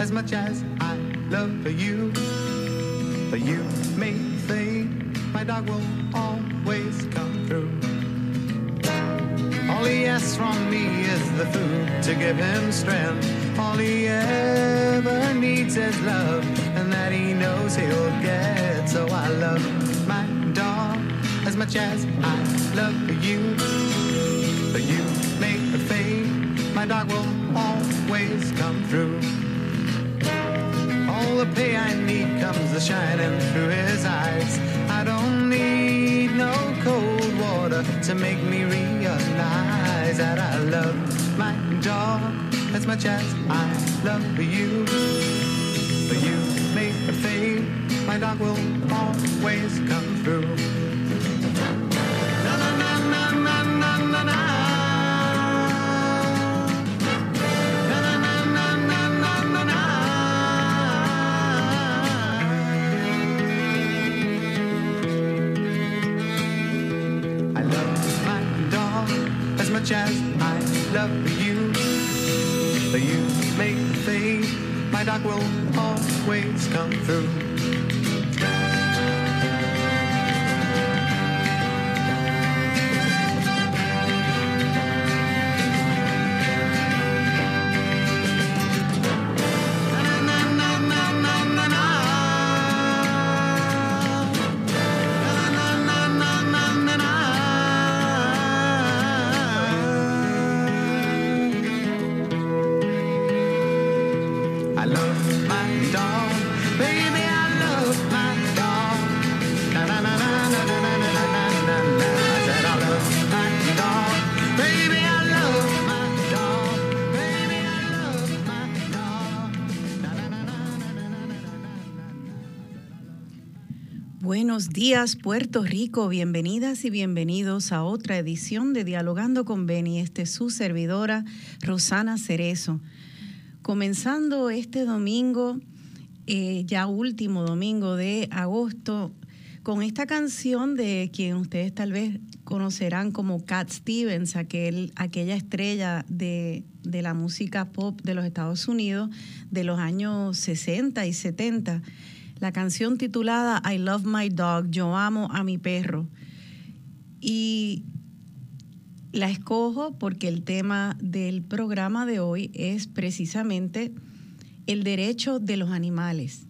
as much as I love you. But you may fade, my dog will always come through. All he asks from me is the food to give him strength. All he ever needs is love, and that he knows he'll get. So I love my dog as much as I love you. But you may fade, my dog will always come through. All the pay I need comes shining through his eyes. I don't need no cold water to make me realize that I love my dog as much as I love you. But you may fade, my dog will always come through. Na na na na na na na na. As I love you, but you make the fade, my dog will always come through. Buenos días, Puerto Rico. Bienvenidas y bienvenidos a otra edición de Dialogando con Beni. Esta es su servidora, Rosana Cerezo. Comenzando este domingo, ya último domingo de agosto, con esta canción de quien ustedes tal vez conocerán como Cat Stevens, aquella estrella de la música pop de los Estados Unidos de los años 60 y 70. La canción titulada I Love My Dog, Yo Amo a Mi Perro. Y la escojo porque el tema del programa de hoy es precisamente el derecho de los animales.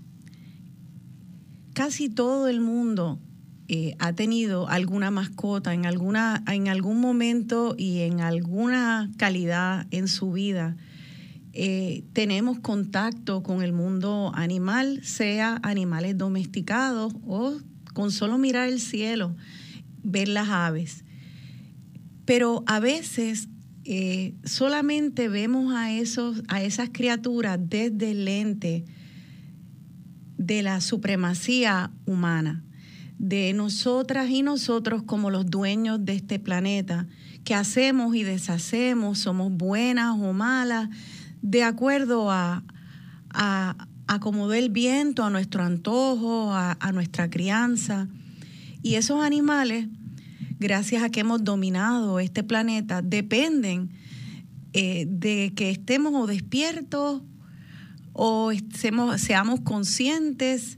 Casi todo el mundo ha tenido alguna mascota en algún momento y en alguna calidad en su vida. Tenemos contacto con el mundo animal, sea animales domesticados o con solo mirar el cielo, ver las aves. Pero a veces solamente vemos a esas criaturas desde el lente de la supremacía humana, de nosotras y nosotros como los dueños de este planeta, que hacemos y deshacemos, somos buenas o malas, de acuerdo a como dé el viento, a nuestro antojo, a nuestra crianza. Y esos animales, gracias a que hemos dominado este planeta, dependen de que estemos o despiertos o seamos conscientes.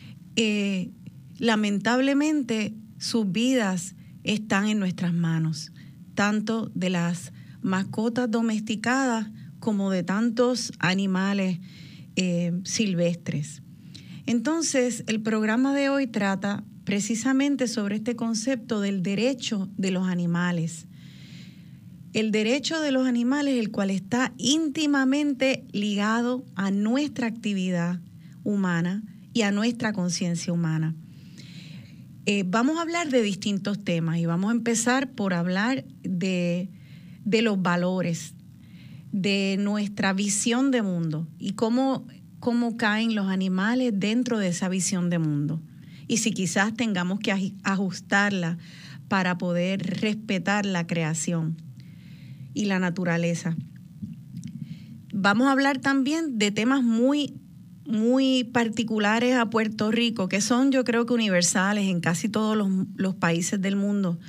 Lamentablemente, sus vidas están en nuestras manos, tanto de las mascotas domesticadas como de tantos animales silvestres. Entonces, el programa de hoy trata precisamente sobre este concepto del derecho de los animales. El derecho de los animales, el cual está íntimamente ligado a nuestra actividad humana y a nuestra conciencia humana. Vamos a hablar de distintos temas y vamos a empezar por hablar de los valores, de nuestra visión de mundo y cómo caen los animales dentro de esa visión de mundo. Y si quizás tengamos que ajustarla para poder respetar la creación y la naturaleza. Vamos a hablar también de temas muy, muy particulares a Puerto Rico, que son, yo creo que universales en casi todos los países del mundo,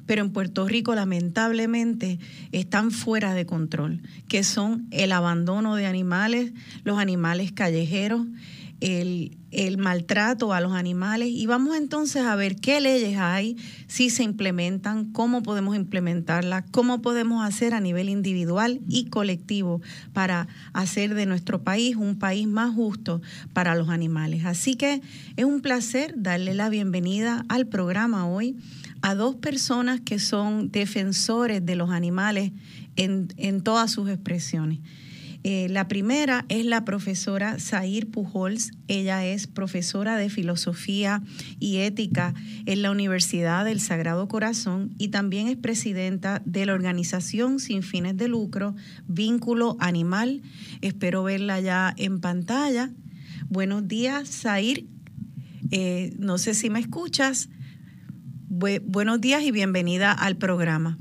pero en Puerto Rico lamentablemente están fuera de control, que son el abandono de animales, los animales callejeros, el maltrato a los animales. Y vamos entonces a ver qué leyes hay, si se implementan, cómo podemos implementarlas, cómo podemos hacer a nivel individual y colectivo para hacer de nuestro país un país más justo para los animales. Así que es un placer darle la bienvenida al programa hoy a dos personas que son defensores de los animales en todas sus expresiones. La primera es la profesora Zair Pujols. Ella es profesora de Filosofía y Ética en la Universidad del Sagrado Corazón y también es presidenta de la organización sin fines de lucro Vínculo Animal. Espero verla ya en pantalla. Buenos días, Zair. No sé si me escuchas. Buenos días y bienvenida al programa.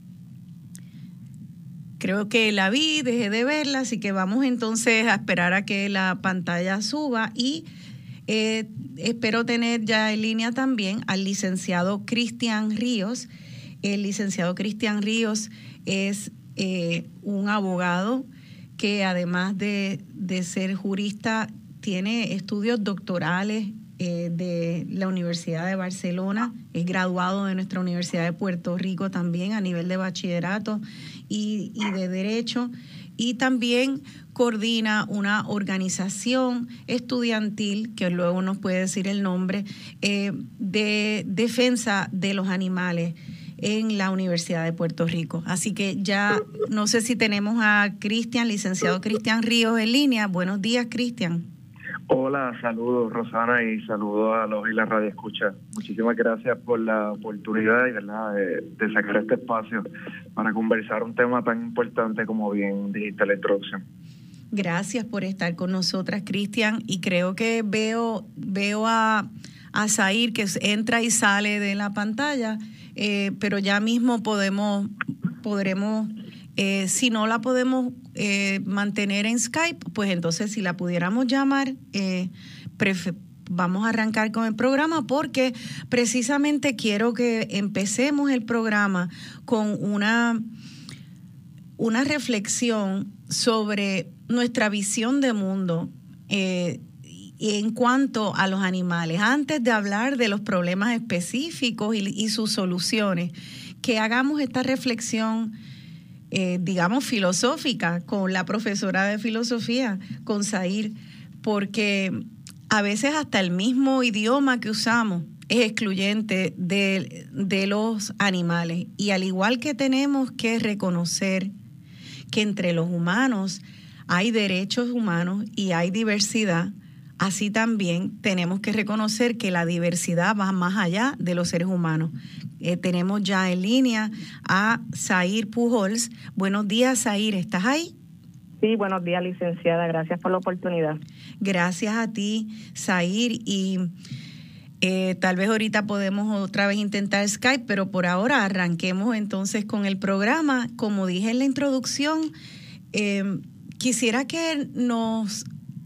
Creo que la vi, dejé de verla, así que vamos entonces a esperar a que la pantalla suba y espero tener ya en línea también al licenciado Cristian Ríos. El licenciado Cristian Ríos es un abogado que además de ser jurista tiene estudios doctorales de la Universidad de Barcelona, es graduado de nuestra Universidad de Puerto Rico también a nivel de bachillerato y de Derecho, y también coordina una organización estudiantil, que luego nos puede decir el nombre, de defensa de los animales en la Universidad de Puerto Rico. Así que ya no sé si tenemos a Cristian, licenciado Cristian Ríos en línea. Buenos días, Cristian. Hola, saludos Rosana y saludos a los y la radio escucha. Muchísimas gracias por la oportunidad y de sacar este espacio para conversar un tema tan importante como bien dijiste la introducción. Gracias por estar con nosotras, Cristian, y creo que veo a Zair que entra y sale de la pantalla, pero ya mismo podremos si no la podemos mantener en Skype, pues entonces si la pudiéramos llamar, vamos a arrancar con el programa porque precisamente quiero que empecemos el programa con una reflexión sobre nuestra visión de mundo en cuanto a los animales. Antes de hablar de los problemas específicos y sus soluciones, que hagamos esta reflexión digamos, filosófica con la profesora de filosofía, con Zair, porque a veces hasta el mismo idioma que usamos es excluyente de los animales. Y al igual que tenemos que reconocer que entre los humanos hay derechos humanos y hay diversidad, así también tenemos que reconocer que la diversidad va más allá de los seres humanos. Tenemos ya en línea a Zair Pujols. Buenos días, Zair, ¿estás ahí? Sí, buenos días, licenciada. Gracias por la oportunidad. Gracias a ti, Zair. Y tal vez ahorita podemos otra vez intentar Skype, pero por ahora arranquemos entonces con el programa. Como dije en la introducción, quisiera que nos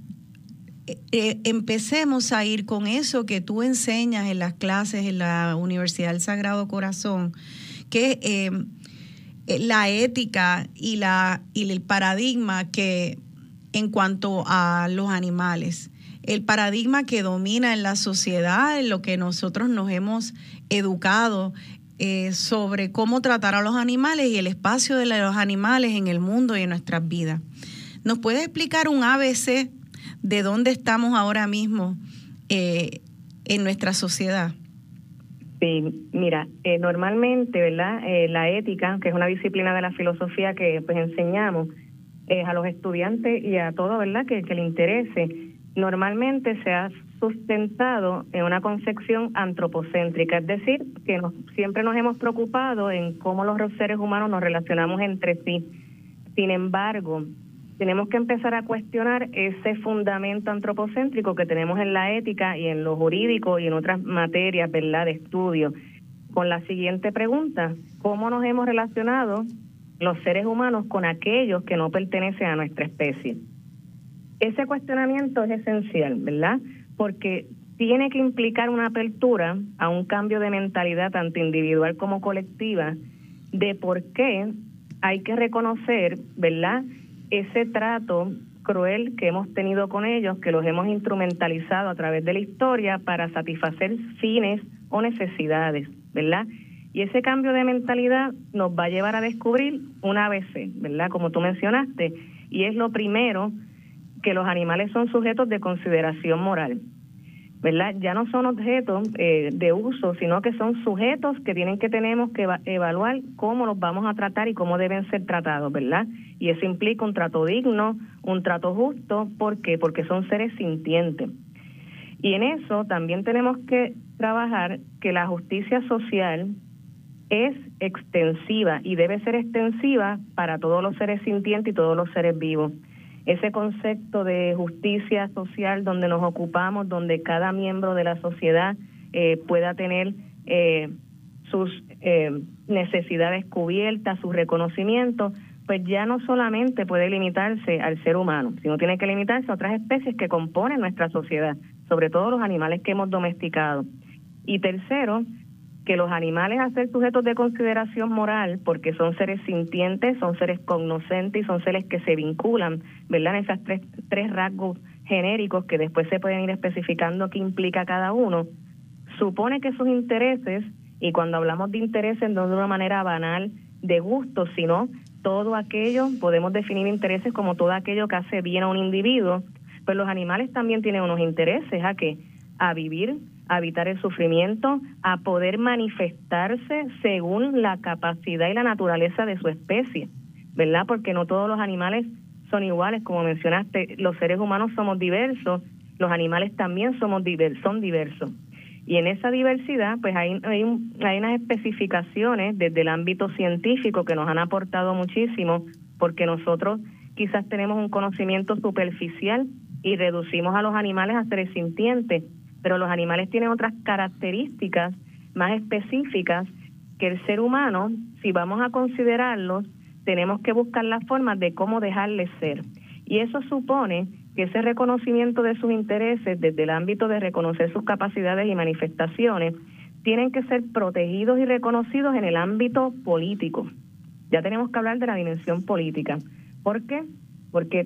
empecemos a ir con eso que tú enseñas en las clases en la Universidad del Sagrado Corazón, que la ética y el paradigma que en cuanto a los animales, el paradigma que domina en la sociedad, en lo que nosotros nos hemos educado sobre cómo tratar a los animales y el espacio de los animales en el mundo y en nuestras vidas. ¿Nos puede explicar un ABC de dónde estamos ahora mismo en nuestra sociedad? Sí, mira, normalmente, ¿verdad? La ética, que es una disciplina de la filosofía que pues enseñamos a los estudiantes y a todo, ¿verdad? Que le interese, normalmente se ha sustentado en una concepción antropocéntrica, es decir, que siempre nos hemos preocupado en cómo los seres humanos nos relacionamos entre sí. Sin embargo, tenemos que empezar a cuestionar ese fundamento antropocéntrico que tenemos en la ética y en lo jurídico y en otras materias, ¿verdad?, de estudio, con la siguiente pregunta: ¿cómo nos hemos relacionado los seres humanos con aquellos que no pertenecen a nuestra especie? Ese cuestionamiento es esencial, ¿verdad?, porque tiene que implicar una apertura a un cambio de mentalidad tanto individual como colectiva de por qué hay que reconocer, ¿verdad?, ese trato cruel que hemos tenido con ellos, que los hemos instrumentalizado a través de la historia para satisfacer fines o necesidades, ¿verdad? Y ese cambio de mentalidad nos va a llevar a descubrir un ABC, ¿verdad?, como tú mencionaste, y es lo primero, que los animales son sujetos de consideración moral, ¿verdad? Ya no son objetos de uso, sino que son sujetos que tenemos que evaluar cómo los vamos a tratar y cómo deben ser tratados, ¿verdad? Y eso implica un trato digno, un trato justo. ¿Por qué? Porque son seres sintientes. Y en eso también tenemos que trabajar que la justicia social es extensiva y debe ser extensiva para todos los seres sintientes y todos los seres vivos. Ese concepto de justicia social donde nos ocupamos, donde cada miembro de la sociedad pueda tener sus necesidades cubiertas, sus reconocimientos, pues ya no solamente puede limitarse al ser humano, sino tiene que limitarse a otras especies que componen nuestra sociedad, sobre todo los animales que hemos domesticado. Y tercero, que los animales, a ser sujetos de consideración moral, porque son seres sintientes, son seres cognoscentes y son seres que se vinculan, ¿verdad?, en esas tres rasgos genéricos que después se pueden ir especificando qué implica cada uno, supone que sus intereses, y cuando hablamos de intereses no de una manera banal de gusto, sino todo aquello, podemos definir intereses como todo aquello que hace bien a un individuo, pues los animales también tienen unos intereses, ¿a qué? A vivir, a evitar el sufrimiento, a poder manifestarse según la capacidad y la naturaleza de su especie, ¿verdad? Porque no todos los animales son iguales, como mencionaste, los seres humanos somos diversos, los animales también son diversos. Y en esa diversidad, pues hay unas especificaciones desde el ámbito científico que nos han aportado muchísimo, porque nosotros quizás tenemos un conocimiento superficial y reducimos a los animales a seres sintientes, pero los animales tienen otras características más específicas que el ser humano, si vamos a considerarlos, tenemos que buscar las formas de cómo dejarles ser. Y eso supone que ese reconocimiento de sus intereses, desde el ámbito de reconocer sus capacidades y manifestaciones, tienen que ser protegidos y reconocidos en el ámbito político. Ya tenemos que hablar de la dimensión política. ¿Por qué? Porque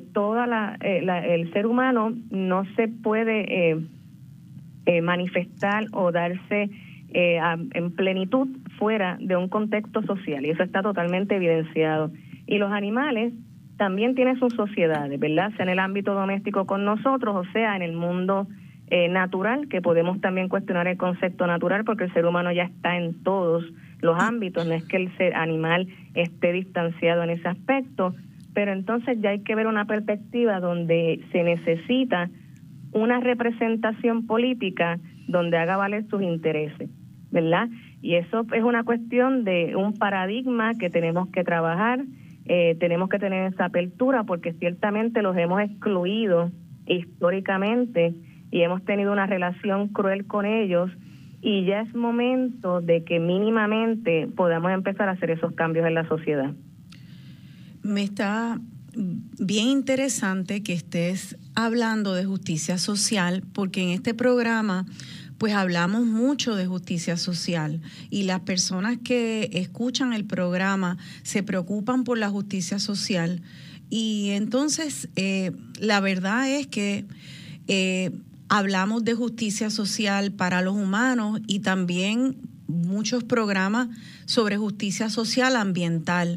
el ser humano no se puede manifestar o darse en plenitud fuera de un contexto social, y eso está totalmente evidenciado. Y los animales también tienen sus sociedades, ¿verdad? Sea en el ámbito doméstico con nosotros, o sea en el mundo natural, que podemos también cuestionar el concepto natural, porque el ser humano ya está en todos los ámbitos, no es que el ser animal esté distanciado en ese aspecto, pero entonces ya hay que ver una perspectiva donde se necesita una representación política donde haga valer sus intereses, ¿verdad? Y eso es una cuestión de un paradigma que tenemos que trabajar, tenemos que tener esa apertura, porque ciertamente los hemos excluido históricamente y hemos tenido una relación cruel con ellos, y ya es momento de que mínimamente podamos empezar a hacer esos cambios en la sociedad. Me está bien interesante que estés hablando de justicia social, porque en este programa pues hablamos mucho de justicia social, y las personas que escuchan el programa se preocupan por la justicia social, y entonces la verdad es que hablamos de justicia social para los humanos y también muchos programas sobre justicia social ambiental.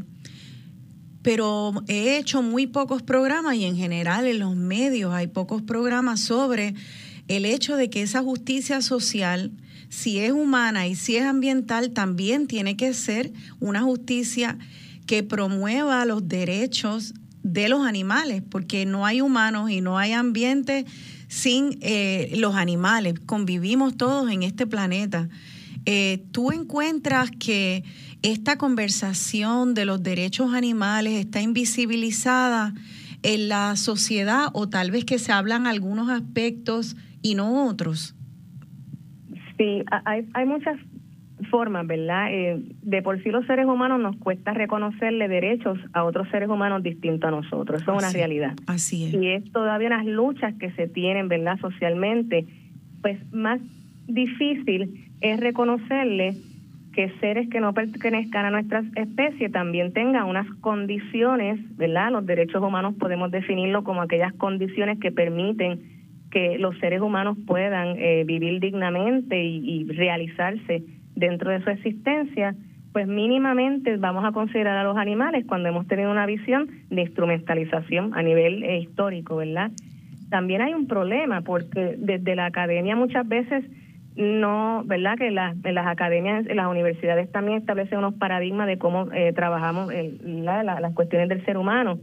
Pero he hecho muy pocos programas, y en general en los medios hay pocos programas sobre el hecho de que esa justicia social, si es humana y si es ambiental, también tiene que ser una justicia que promueva los derechos de los animales, porque no hay humanos y no hay ambiente sin los animales. Convivimos todos en este planeta. ¿Tú encuentras que esta conversación de los derechos animales está invisibilizada en la sociedad, o tal vez que se hablan algunos aspectos y no otros? Sí, hay muchas formas, ¿verdad? De por sí los seres humanos nos cuesta reconocerle derechos a otros seres humanos distintos a nosotros. Eso es una realidad. Así es. Y es todavía unas luchas que se tienen, ¿verdad? Socialmente, pues más difícil es reconocerle que seres que no pertenezcan a nuestra especie también tengan unas condiciones, ¿verdad? Los derechos humanos podemos definirlo como aquellas condiciones que permiten que los seres humanos puedan vivir dignamente y realizarse dentro de su existencia. Pues mínimamente vamos a considerar a los animales cuando hemos tenido una visión de instrumentalización a nivel histórico, ¿verdad? También hay un problema porque desde la academia muchas veces no, ¿verdad? Que en las academias, en las universidades también establecen unos paradigmas de cómo trabajamos las cuestiones del ser humano.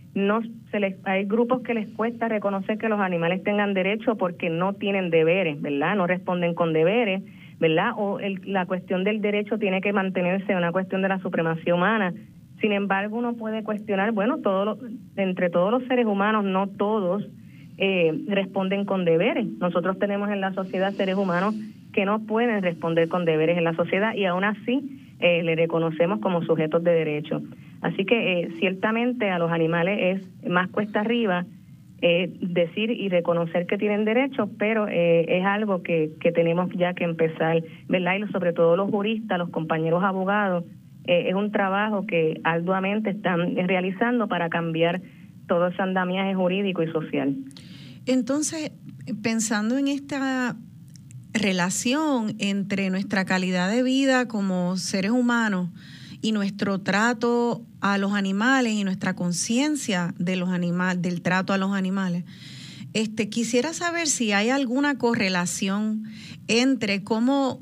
Hay grupos que les cuesta reconocer que los animales tengan derechos porque no tienen deberes, ¿verdad? No responden con deberes, ¿verdad? O la cuestión del derecho tiene que mantenerse una cuestión de la supremacía humana. Sin embargo, uno puede cuestionar, bueno, entre todos los seres humanos, no todos responden con deberes. Nosotros tenemos en la sociedad seres humanos que no pueden responder con deberes en la sociedad y aún así le reconocemos como sujetos de derecho. Así que ciertamente a los animales es más cuesta arriba decir y reconocer que tienen derechos, pero es algo que tenemos ya que empezar, ¿verdad? Y sobre todo los juristas, los compañeros abogados, es un trabajo que arduamente están realizando para cambiar todo ese andamiaje jurídico y social. Entonces, pensando en esta relación entre nuestra calidad de vida como seres humanos y nuestro trato a los animales y nuestra conciencia de los del trato a los animales, quisiera saber si hay alguna correlación entre cómo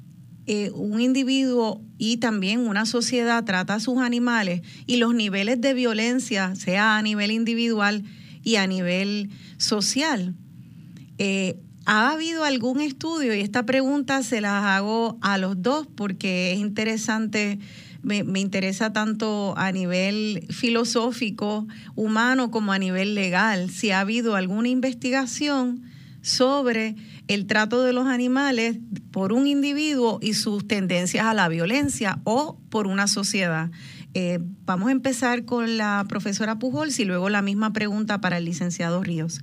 un individuo y también una sociedad trata a sus animales y los niveles de violencia, sea a nivel individual y a nivel social. ¿Ha habido algún estudio? Y esta pregunta se las hago a los dos porque es interesante, me interesa tanto a nivel filosófico, humano, como a nivel legal. Si ha habido alguna investigación sobre el trato de los animales por un individuo y sus tendencias a la violencia o por una sociedad. Vamos a empezar con la profesora Pujols y luego la misma pregunta para el licenciado Ríos.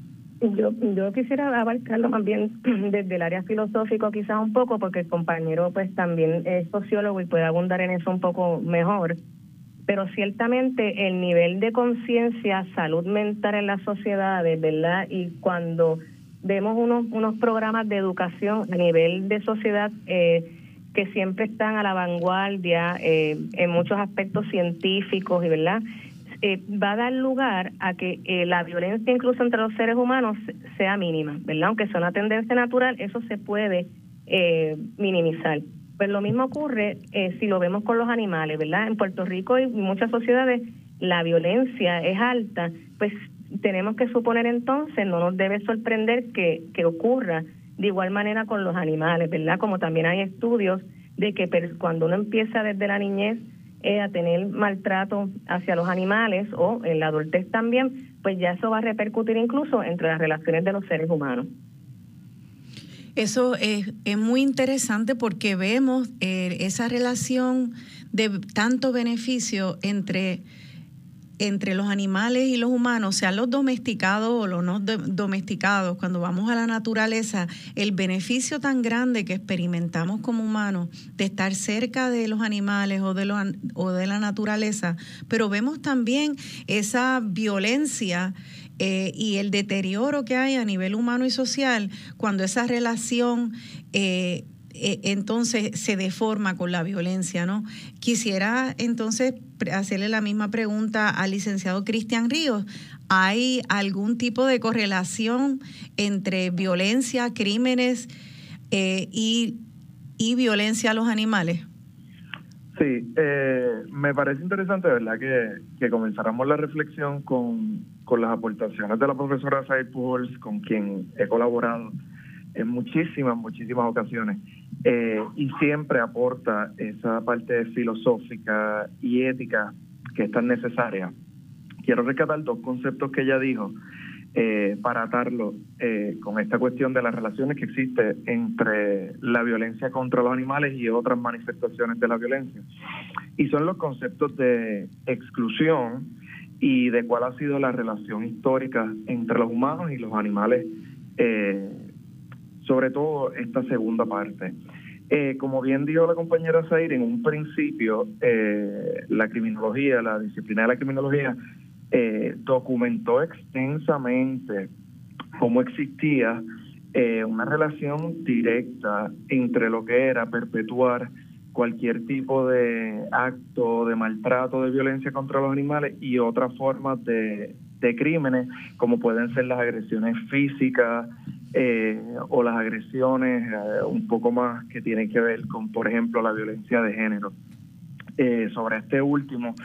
Yo quisiera abarcarlo más bien desde el área filosófico quizás un poco, porque el compañero pues también es sociólogo y puede abundar en eso un poco mejor. Pero ciertamente el nivel de conciencia, salud mental en las sociedades, ¿verdad? Y cuando vemos unos programas de educación a nivel de sociedad que siempre están a la vanguardia en muchos aspectos científicos, y ¿verdad? Va a dar lugar a que la violencia incluso entre los seres humanos sea mínima, ¿verdad? Aunque sea una tendencia natural, eso se puede minimizar. Pues lo mismo ocurre si lo vemos con los animales, ¿verdad? En Puerto Rico y muchas sociedades la violencia es alta, pues tenemos que suponer entonces, no nos debe sorprender que ocurra de igual manera con los animales, ¿verdad? Como también hay estudios de que cuando uno empieza desde la niñez a tener maltrato hacia los animales o en la adultez también, pues ya eso va a repercutir incluso entre las relaciones de los seres humanos. Eso es muy interesante porque vemos esa relación de tanto beneficio entre los animales y los humanos, sean los domesticados o los no domesticados. Cuando vamos a la naturaleza, el beneficio tan grande que experimentamos como humanos de estar cerca de los animales o de la naturaleza, pero vemos también esa violencia y el deterioro que hay a nivel humano y social cuando esa relación entonces se deforma con la violencia, ¿no? Quisiera entonces hacerle la misma pregunta al licenciado Cristian Ríos. ¿Hay algún tipo de correlación entre violencia, crímenes y violencia a los animales? Sí, me parece interesante, ¿verdad?, que comenzáramos la reflexión con las aportaciones de la profesora Said Pujols, con quien he colaborado en muchísimas ocasiones, y siempre aporta esa parte filosófica y ética que es tan necesaria. Quiero rescatar dos conceptos que ella dijo para atarlo con esta cuestión de las relaciones que existe entre la violencia contra los animales y otras manifestaciones de la violencia. Y son los conceptos de exclusión y de cuál ha sido la relación histórica entre los humanos y los animales sobre todo esta segunda parte. Como bien dijo la compañera Zair, en un principio la criminología, la disciplina de la criminología, documentó extensamente cómo existía una relación directa entre lo que era perpetuar cualquier tipo de acto de maltrato, de violencia contra los animales y otras formas de crímenes, como pueden ser las agresiones físicas o las agresiones un poco más que tienen que ver con, por ejemplo, la violencia de género. Sobre este último,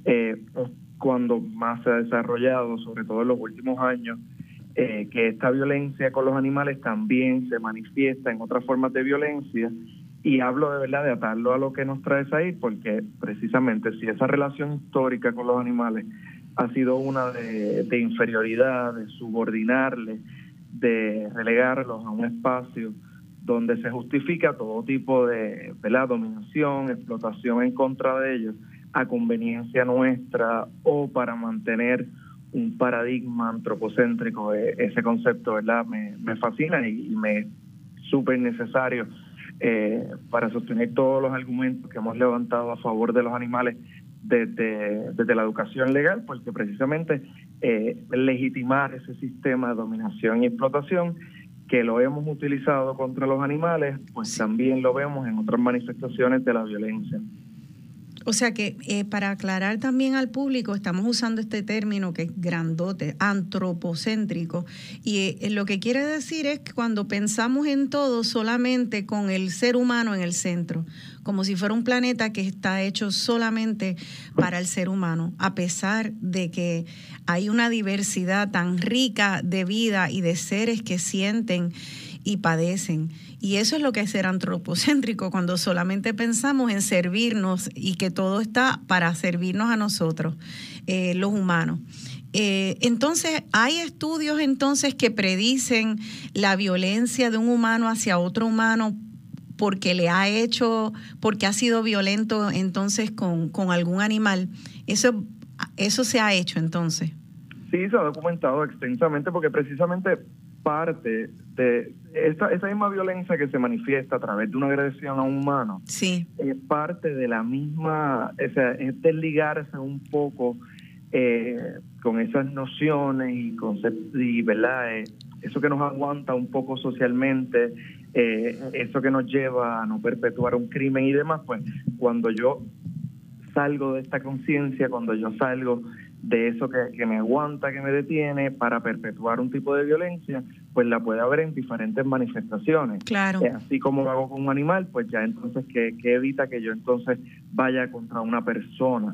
cuando más se ha desarrollado, sobre todo en los últimos años, que esta violencia con los animales también se manifiesta en otras formas de violencia, y hablo de verdad de atarlo a lo que nos trae ahí, porque precisamente si esa relación histórica con los animales ha sido una de inferioridad, de subordinarles, de relegarlos a un espacio donde se justifica todo tipo de dominación, explotación en contra de ellos, a conveniencia nuestra o para mantener un paradigma antropocéntrico. Ese concepto, ¿verdad?, me fascina y me es súper necesario para sostener todos los argumentos que hemos levantado a favor de los animales desde la educación legal, porque precisamente legitimar ese sistema de dominación y explotación que lo hemos utilizado contra los animales, pues también lo vemos en otras manifestaciones de la violencia. O sea que para aclarar también al público, estamos usando este término que es grandote, antropocéntrico, y lo que quiere decir es que cuando pensamos en todo solamente con el ser humano en el centro, como si fuera un planeta que está hecho solamente para el ser humano, a pesar de que hay una diversidad tan rica de vida y de seres que sienten y padecen. Y eso es lo que es ser antropocéntrico, cuando solamente pensamos en servirnos y que todo está para servirnos a nosotros, los humanos. Entonces, ¿hay estudios entonces que predicen la violencia de un humano hacia otro humano porque porque ha sido violento entonces con algún animal? Eso se ha hecho entonces. Sí, se ha documentado extensamente, porque precisamente parte de esa misma violencia que se manifiesta a través de una agresión a un humano, sí, es parte de la misma, es desligarse un poco con esas nociones y conceptos, y ¿verdad? Eso que nos aguanta un poco socialmente, eso que nos lleva a no perpetuar un crimen y demás. Pues cuando yo salgo de esta conciencia, cuando yo salgo de eso que me aguanta, que me detiene para perpetuar un tipo de violencia, pues la puede haber en diferentes manifestaciones. Claro. Así como lo hago con un animal, pues ya entonces que evita que yo entonces vaya contra una persona.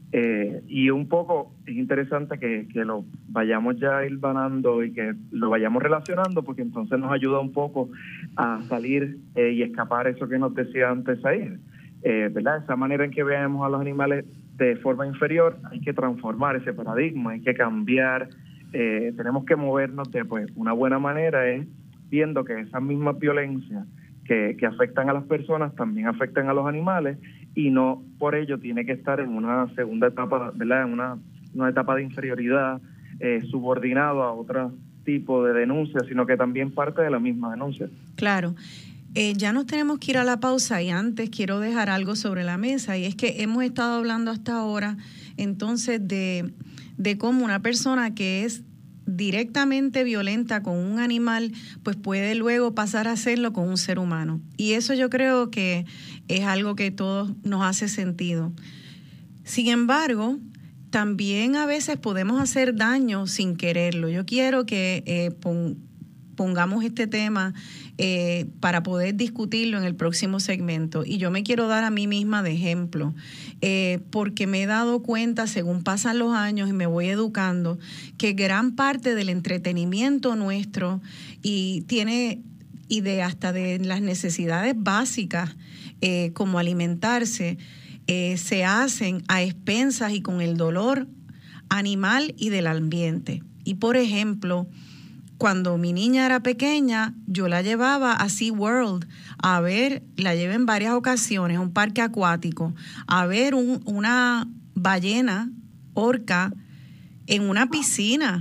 Y un poco es interesante que lo vayamos ya hilvanando y que lo vayamos relacionando, porque entonces nos ayuda un poco a salir y escapar eso que nos decía antes ahí, ¿verdad? Esa manera en que veamos a los animales de forma inferior, hay que transformar ese paradigma, hay que cambiar, tenemos que movernos de una buena manera es viendo que esas mismas violencias que afectan a las personas también afectan a los animales, y no por ello tiene que estar en una segunda etapa, ¿verdad?, en una etapa de inferioridad, subordinado a otro tipo de denuncia, sino que también parte de la misma denuncia. Claro. Ya nos tenemos que ir a la pausa, y antes quiero dejar algo sobre la mesa, y es que hemos estado hablando hasta ahora entonces de cómo una persona que es directamente violenta con un animal, pues puede luego pasar a hacerlo con un ser humano. Y eso yo creo que es algo que todos nos hace sentido. Sin embargo, también a veces podemos hacer daño sin quererlo. Yo quiero que pongamos este tema para poder discutirlo en el próximo segmento. Y yo me quiero dar a mí misma de ejemplo, porque me he dado cuenta, según pasan los años y me voy educando, que gran parte del entretenimiento nuestro hasta de las necesidades básicas, como alimentarse, se hacen a expensas y con el dolor animal y del ambiente. Y por ejemplo, cuando mi niña era pequeña, yo la llevaba a SeaWorld la llevé en varias ocasiones, a un parque acuático, a ver una ballena orca en una piscina,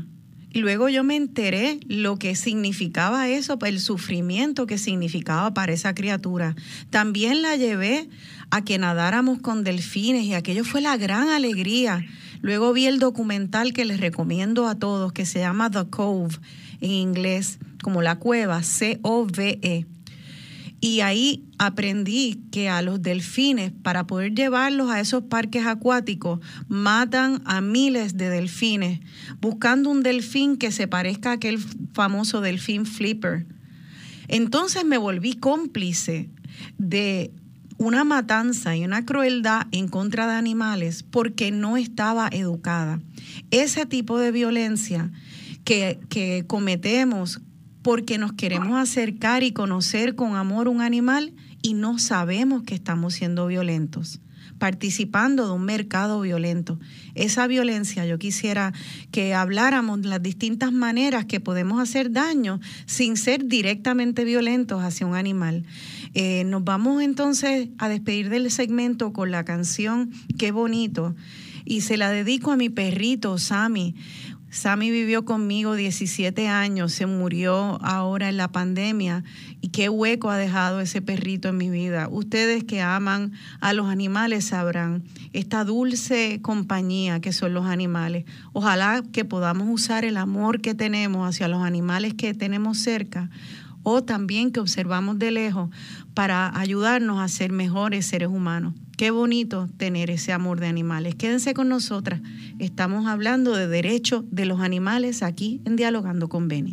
Y luego yo me enteré lo que significaba eso, el sufrimiento que significaba para esa criatura. También la llevé a que nadáramos con delfines y aquello fue la gran alegría. Luego vi el documental que les recomiendo a todos, que se llama The Cove, en inglés, como la cueva, C-O-V-E. Y ahí aprendí que a los delfines, para poder llevarlos a esos parques acuáticos, matan a miles de delfines, buscando un delfín que se parezca a aquel famoso delfín Flipper. Entonces me volví cómplice de una matanza y una crueldad en contra de animales porque no estaba educada. Ese tipo de violencia que cometemos porque nos queremos acercar y conocer con amor un animal y no sabemos que estamos siendo violentos, participando de un mercado violento. Esa violencia, yo quisiera que habláramos de las distintas maneras que podemos hacer daño sin ser directamente violentos hacia un animal. Nos vamos entonces a despedir del segmento con la canción Qué Bonito, y se la dedico a mi perrito Sammy. Sammy vivió conmigo 17 años, se murió ahora en la pandemia, y qué hueco ha dejado ese perrito en mi vida. Ustedes que aman a los animales sabrán esta dulce compañía que son los animales. Ojalá que podamos usar el amor que tenemos hacia los animales que tenemos cerca, o también que observamos de lejos, para ayudarnos a ser mejores seres humanos. Qué bonito tener ese amor de animales. Quédense con nosotras. Estamos hablando de derechos de los animales aquí en Dialogando con Beni.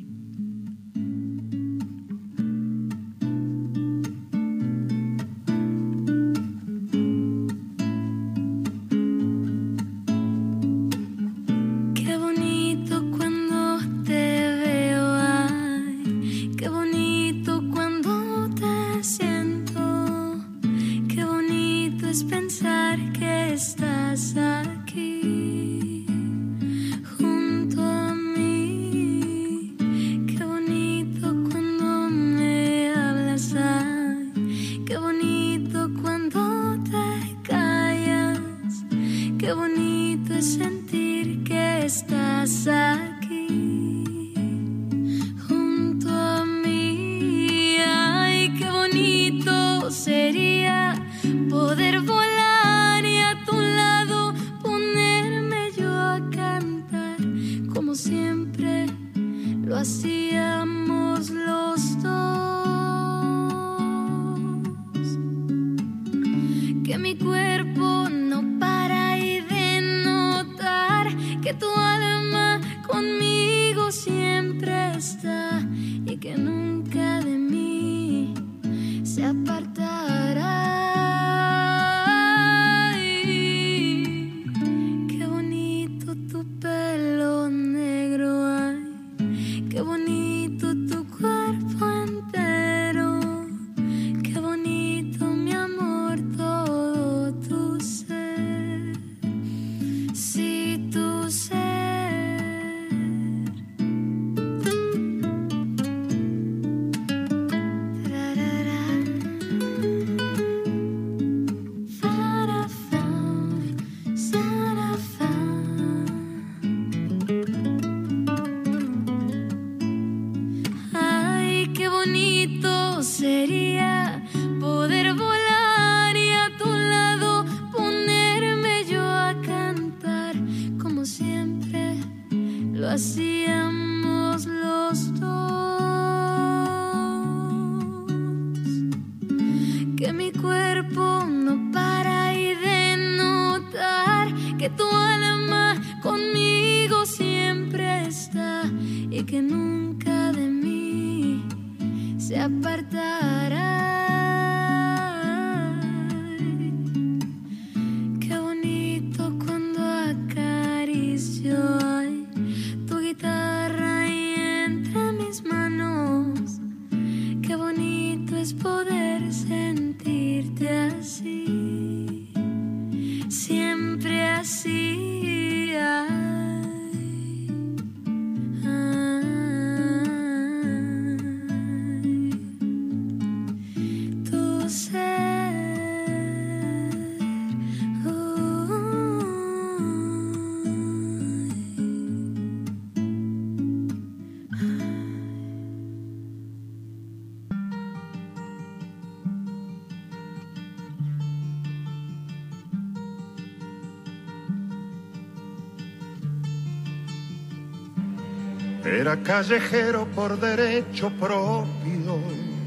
Era callejero por derecho propio,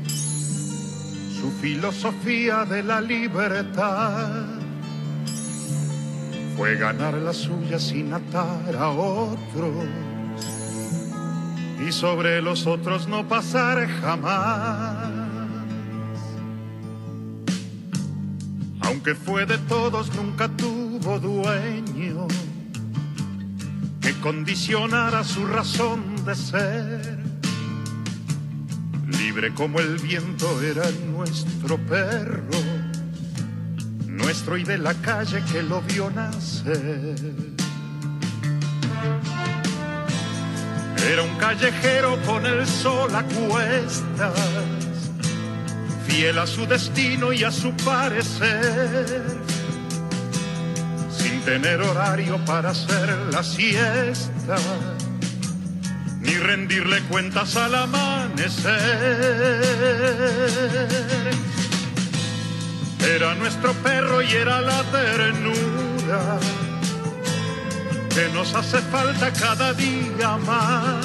su filosofía de la libertad fue ganar la suya sin atar a otros y sobre los otros no pasar jamás. Aunque fue de todos, nunca tuvo dueño que condicionara su razón de ser. Libre como el viento era nuestro perro, nuestro y de la calle que lo vio nacer. Era un callejero con el sol a cuestas, fiel a su destino y a su parecer, sin tener horario para hacer la siesta, ni rendirle cuentas al amanecer. Era nuestro perro y era la ternura que nos hace falta cada día más.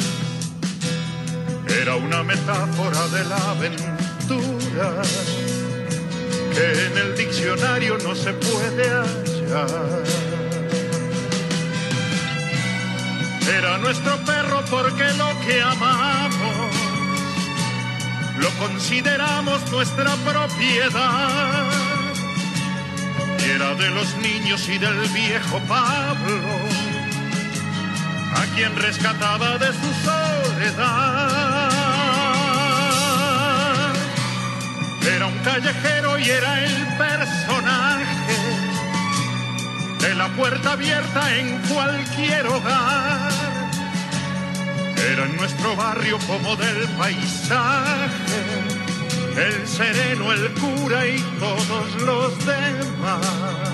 Era una metáfora de la aventura que en el diccionario no se puede hallar. Era nuestro perro porque lo que amamos lo consideramos nuestra propiedad. Y era de los niños y del viejo Pablo, a quien rescataba de su soledad. Era un callejero y era el personaje de la puerta abierta en cualquier hogar. Era en nuestro barrio como del paisaje, el sereno, el cura y todos los demás.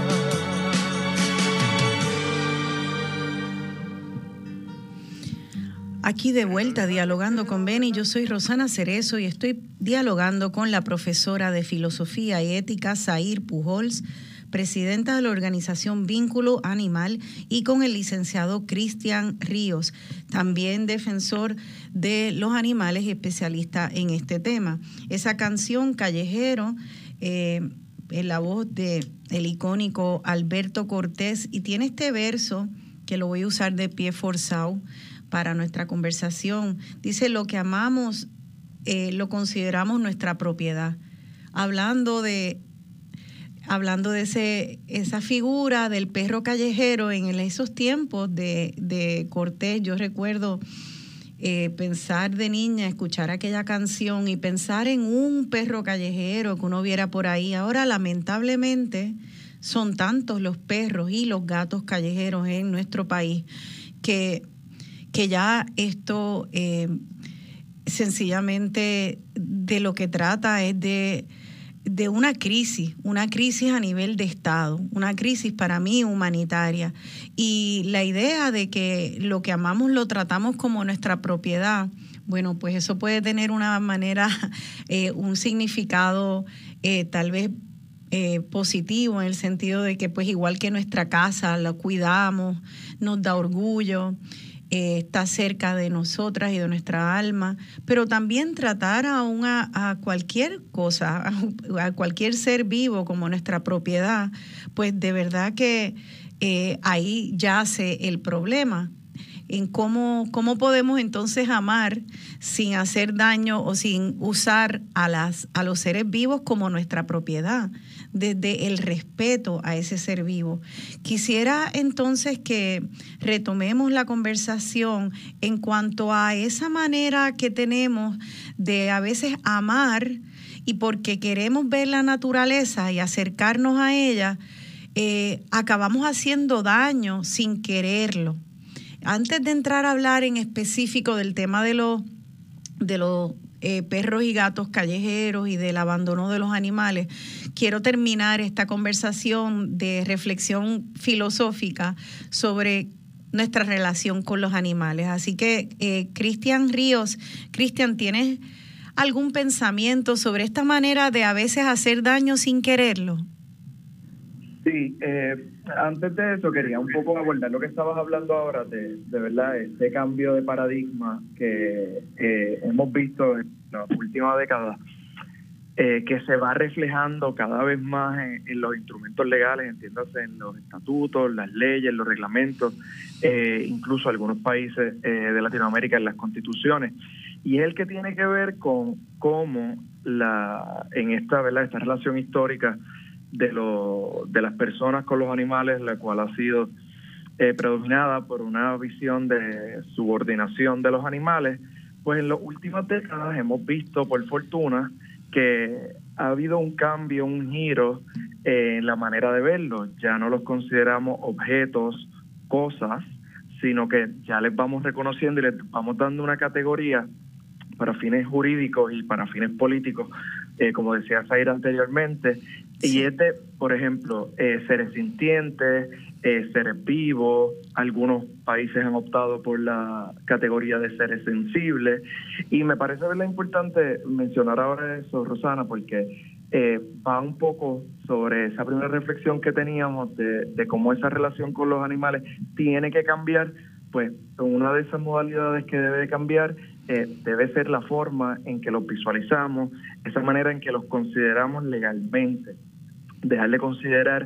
Aquí de vuelta dialogando con Beni, yo soy Rosana Cerezo y estoy dialogando con la profesora de Filosofía y Ética Zair Pujols, presidenta de la organización Vínculo Animal, y con el licenciado Cristian Ríos, también defensor de los animales y especialista en este tema. Esa canción Callejero, en la voz de el icónico Alberto Cortés, y tiene este verso que lo voy a usar de pie forzado para nuestra conversación. Dice: lo que amamos lo consideramos nuestra propiedad. Hablando de esa figura del perro callejero en esos tiempos de Cortés. Yo recuerdo pensar de niña, escuchar aquella canción y pensar en un perro callejero que uno viera por ahí. Ahora, lamentablemente, son tantos los perros y los gatos callejeros en nuestro país que ya esto sencillamente de lo que trata es de una crisis a nivel de Estado, una crisis para mí humanitaria. Y la idea de que lo que amamos lo tratamos como nuestra propiedad, bueno, pues eso puede tener una manera, un significado tal vez positivo, en el sentido de que pues igual que nuestra casa la cuidamos, nos da orgullo, está cerca de nosotras y de nuestra alma, pero también tratar a cualquier cosa, a cualquier ser vivo como nuestra propiedad, pues de verdad que ahí yace el problema, en cómo podemos entonces amar sin hacer daño o sin usar a los seres vivos como nuestra propiedad, desde el respeto a ese ser vivo. Quisiera entonces que retomemos la conversación en cuanto a esa manera que tenemos de a veces amar, y porque queremos ver la naturaleza y acercarnos a ella, acabamos haciendo daño sin quererlo. Antes de entrar a hablar en específico del tema de los perros y gatos callejeros y del abandono de los animales, quiero terminar esta conversación de reflexión filosófica sobre nuestra relación con los animales. Así que, Cristian Ríos, Cristian, ¿tienes algún pensamiento sobre esta manera de a veces hacer daño sin quererlo? Sí, antes de eso quería un poco abordar lo que estabas hablando ahora de verdad, este cambio de paradigma que hemos visto en las últimas décadas, que se va reflejando cada vez más en los instrumentos legales, entiéndase en los estatutos, las leyes, los reglamentos, incluso algunos países de Latinoamérica en las constituciones, y es el que tiene que ver con cómo en esta relación histórica de las personas con los animales, la cual ha sido predominada por una visión de subordinación de los animales, pues en las últimas décadas hemos visto, por fortuna, que ha habido un cambio, un giro en la manera de verlos. Ya no los consideramos objetos, cosas, sino que ya les vamos reconociendo y les vamos dando una categoría para fines jurídicos y para fines políticos, como decía Zaira anteriormente, sí. Y por ejemplo, seres sintientes, seres vivos, algunos países han optado por la categoría de seres sensibles, y me parece verdad importante mencionar ahora eso, Rosana, porque va un poco sobre esa primera reflexión que teníamos de cómo esa relación con los animales tiene que cambiar. Pues una de esas modalidades que debe de cambiar debe ser la forma en que los visualizamos, esa manera en que los consideramos legalmente. Dejar de considerar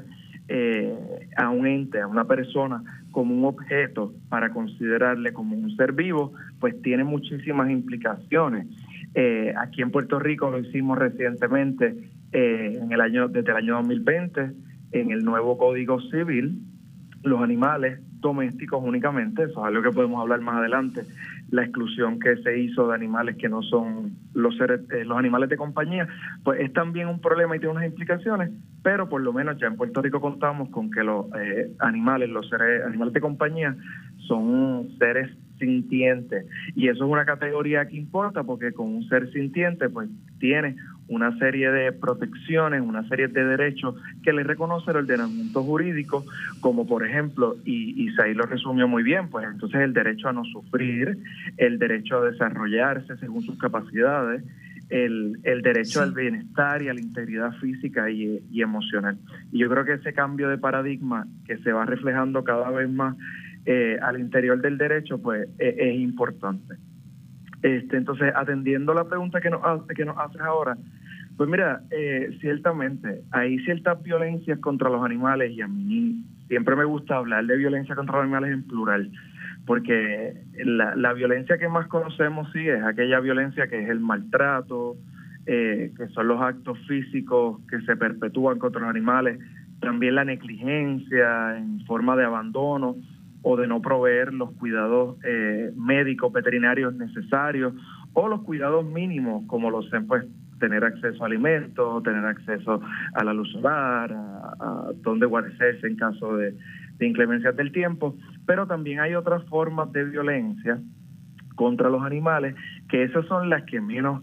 a un ente, a una persona, como un objeto para considerarle como un ser vivo, pues tiene muchísimas implicaciones. Aquí en Puerto Rico lo hicimos recientemente, desde el año 2020, en el nuevo Código Civil, los animales domésticos únicamente, eso es algo que podemos hablar más adelante, la exclusión que se hizo de animales que no son los animales de compañía, pues es también un problema y tiene unas implicaciones, pero por lo menos ya en Puerto Rico contamos con que los animales de compañía son seres sintientes, y eso es una categoría que importa, porque con un ser sintiente pues tiene una serie de protecciones, una serie de derechos que le reconoce el ordenamiento jurídico, como por ejemplo, y Isaí lo resumió muy bien, pues entonces el derecho a no sufrir, el derecho a desarrollarse según sus capacidades, el derecho al bienestar y a la integridad física y emocional. Y yo creo que ese cambio de paradigma que se va reflejando cada vez más al interior del derecho, pues es importante. Entonces, atendiendo la pregunta que nos haces ahora, pues mira, ciertamente hay ciertas violencias contra los animales, y a mí siempre me gusta hablar de violencia contra los animales en plural, porque la violencia que más conocemos sí es aquella violencia que es el maltrato, que son los actos físicos que se perpetúan contra los animales, también la negligencia en forma de abandono o de no proveer los cuidados médicos, veterinarios necesarios, o los cuidados mínimos, como los pues tener acceso a alimentos, tener acceso a la luz solar, a dónde guarecerse en caso de inclemencias del tiempo. Pero también hay otras formas de violencia contra los animales, que esas son las que menos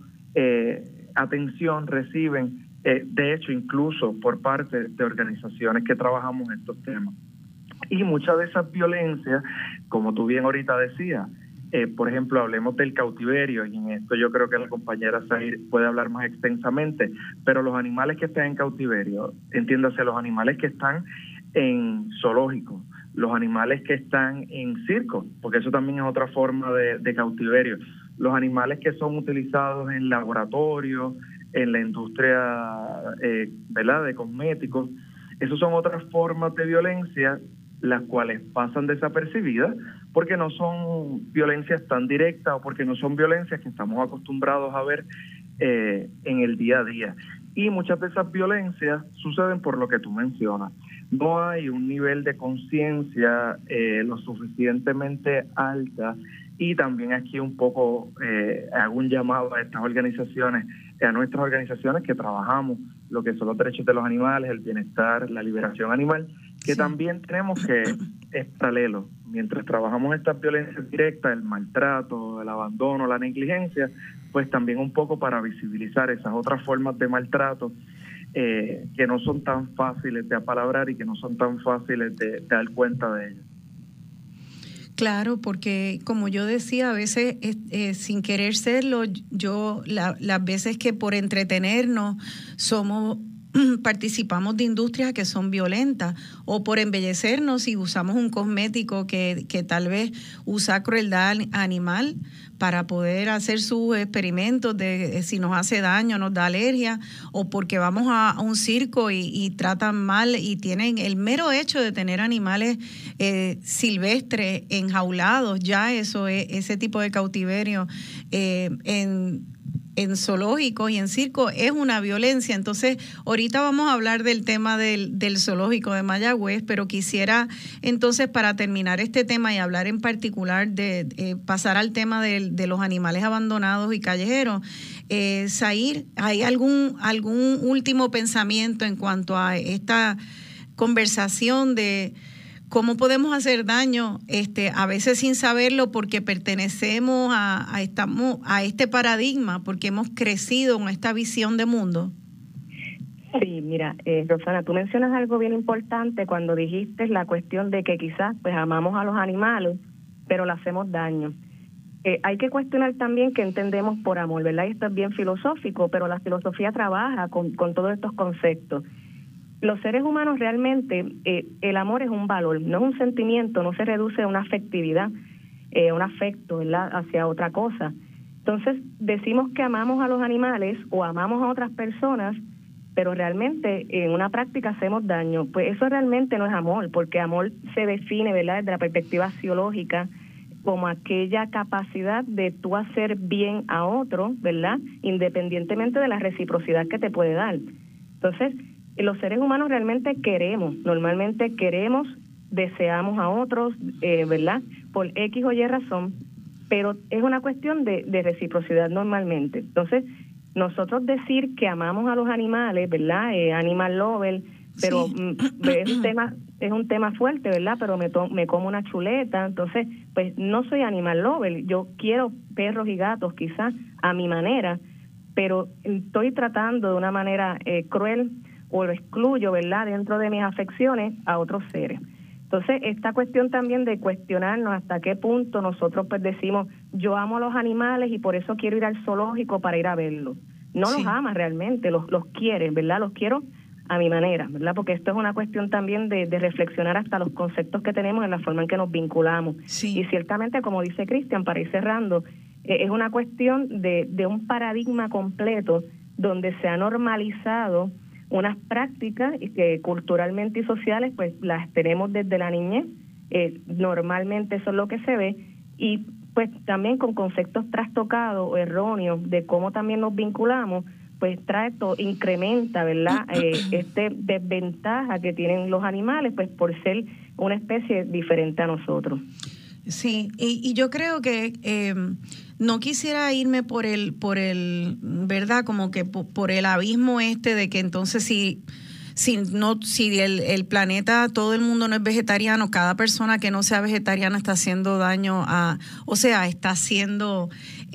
atención reciben, de hecho incluso por parte de organizaciones que trabajamos en estos temas. Y muchas de esas violencias, como tú bien ahorita decías, por ejemplo, hablemos del cautiverio, y en esto yo creo que la compañera Zair puede hablar más extensamente, pero los animales que están en cautiverio, entiéndase, los animales que están en zoológicos, los animales que están en circo, porque eso también es otra forma de cautiverio, los animales que son utilizados en laboratorios, en la industria ¿verdad?, de cosméticos, esos son otras formas de violencia, las cuales pasan desapercibidas porque no son violencias tan directas, o porque no son violencias que estamos acostumbrados a ver en el día a día. Y muchas de esas violencias suceden por lo que tú mencionas. No hay un nivel de conciencia lo suficientemente alta, y también aquí un poco hago un llamado a estas organizaciones, a nuestras organizaciones que trabajamos lo que son los derechos de los animales, el bienestar, la liberación animal, que también tenemos que, es paralelo, mientras trabajamos estas violencias directas, el maltrato, el abandono, la negligencia, pues también un poco para visibilizar esas otras formas de maltrato que no son tan fáciles de apalabrar y que no son tan fáciles de dar cuenta de ellas. Claro, porque como yo decía, a veces sin querer serlo, las veces que por entretenernos somos participamos de industrias que son violentas, o por embellecernos y usamos un cosmético que tal vez usa crueldad animal para poder hacer sus experimentos de si nos hace daño, nos da alergia, o porque vamos a un circo y tratan mal y tienen el mero hecho de tener animales silvestres enjaulados, ya eso es ese tipo de cautiverio en zoológicos y en circo es una violencia. Entonces, ahorita vamos a hablar del tema del zoológico de Mayagüez, pero quisiera entonces, para terminar este tema y hablar en particular de pasar al tema de los animales abandonados y callejeros. Zair, ¿hay algún último pensamiento en cuanto a esta conversación de cómo podemos hacer daño a veces sin saberlo porque pertenecemos a este paradigma, porque hemos crecido con esta visión de mundo? Sí, mira, Rosana, tú mencionas algo bien importante cuando dijiste la cuestión de que quizás pues amamos a los animales, pero le hacemos daño. Hay que cuestionar también qué entendemos por amor, ¿verdad? Y esto es bien filosófico, pero la filosofía trabaja con todos estos conceptos. Los seres humanos realmente, el amor es un valor, no es un sentimiento, no se reduce a una afectividad, un afecto, ¿verdad?, hacia otra cosa. Entonces, decimos que amamos a los animales o amamos a otras personas, pero realmente en una práctica hacemos daño. Pues eso realmente no es amor, porque amor se define, ¿verdad?, desde la perspectiva psicológica como aquella capacidad de tú hacer bien a otro, ¿verdad?, independientemente de la reciprocidad que te puede dar. Entonces, los seres humanos realmente normalmente queremos, deseamos a otros, ¿verdad?, por X o Y razón, pero es una cuestión de reciprocidad normalmente. Entonces, nosotros decir que amamos a los animales, ¿verdad?, animal lover, pero sí. Es un tema fuerte, ¿verdad?, pero me como una chuleta, entonces, pues no soy animal lover, yo quiero perros y gatos quizás a mi manera, pero estoy tratando de una manera cruel o lo excluyo, ¿verdad?, dentro de mis afecciones a otros seres. Entonces, esta cuestión también de cuestionarnos hasta qué punto nosotros pues decimos, yo amo a los animales y por eso quiero ir al zoológico para ir a verlos. No sí. Los amas realmente, los quieres, ¿verdad? Los quiero a mi manera, ¿verdad? Porque esto es una cuestión también de reflexionar hasta los conceptos que tenemos en la forma en que nos vinculamos. Sí. Y ciertamente, como dice Cristian, para ir cerrando, es una cuestión de un paradigma completo donde se ha normalizado unas prácticas que culturalmente y sociales pues las tenemos desde la niñez, normalmente eso es lo que se ve, y pues también con conceptos trastocados o erróneos de cómo también nos vinculamos, pues incrementa, ¿verdad?, desventaja que tienen los animales pues por ser una especie diferente a nosotros. Sí, y yo creo que no quisiera irme por el ¿verdad?, como que por el abismo de que entonces si el planeta, todo el mundo no es vegetariano, cada persona que no sea vegetariana está haciendo daño está haciendo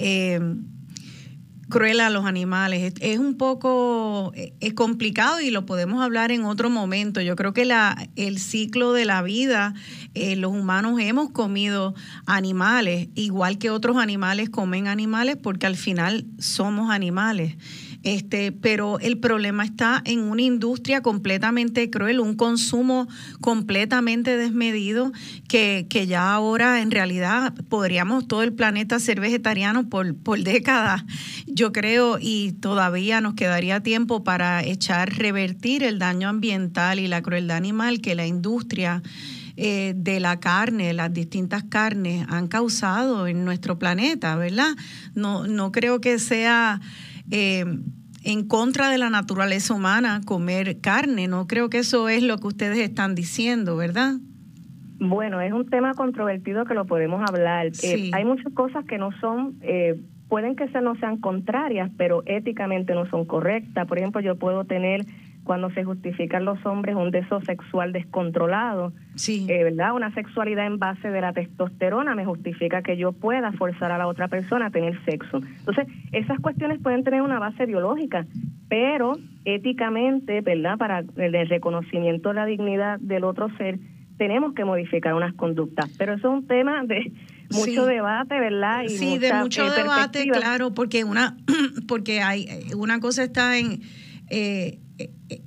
cruel a los animales. Es un poco complicado y lo podemos hablar en otro momento. Yo creo que el ciclo de la vida, los humanos hemos comido animales, igual que otros animales comen animales, porque al final somos animales. Pero el problema está en una industria completamente cruel, un consumo completamente desmedido, que ya ahora en realidad podríamos todo el planeta ser vegetariano por décadas, yo creo, y todavía nos quedaría tiempo para revertir el daño ambiental y la crueldad animal que la industria de la carne, las distintas carnes han causado en nuestro planeta, ¿verdad? No creo que sea en contra de la naturaleza humana comer carne. No creo que eso es lo que ustedes están diciendo, ¿verdad? Bueno, es un tema controvertido que lo podemos hablar. Sí. Hay muchas cosas que no son, pueden que no sean contrarias, pero éticamente no son correctas. Por ejemplo, yo puedo tener, cuando se justifican los hombres, un deseo sexual descontrolado, sí. ¿Verdad? Una sexualidad en base de la testosterona me justifica que yo pueda forzar a la otra persona a tener sexo. Entonces, esas cuestiones pueden tener una base biológica, pero éticamente, ¿verdad?, para el reconocimiento de la dignidad del otro ser, tenemos que modificar unas conductas. Pero eso es un tema de mucho sí. debate, ¿verdad? Y sí, de mucho debate, claro, porque hay una cosa está en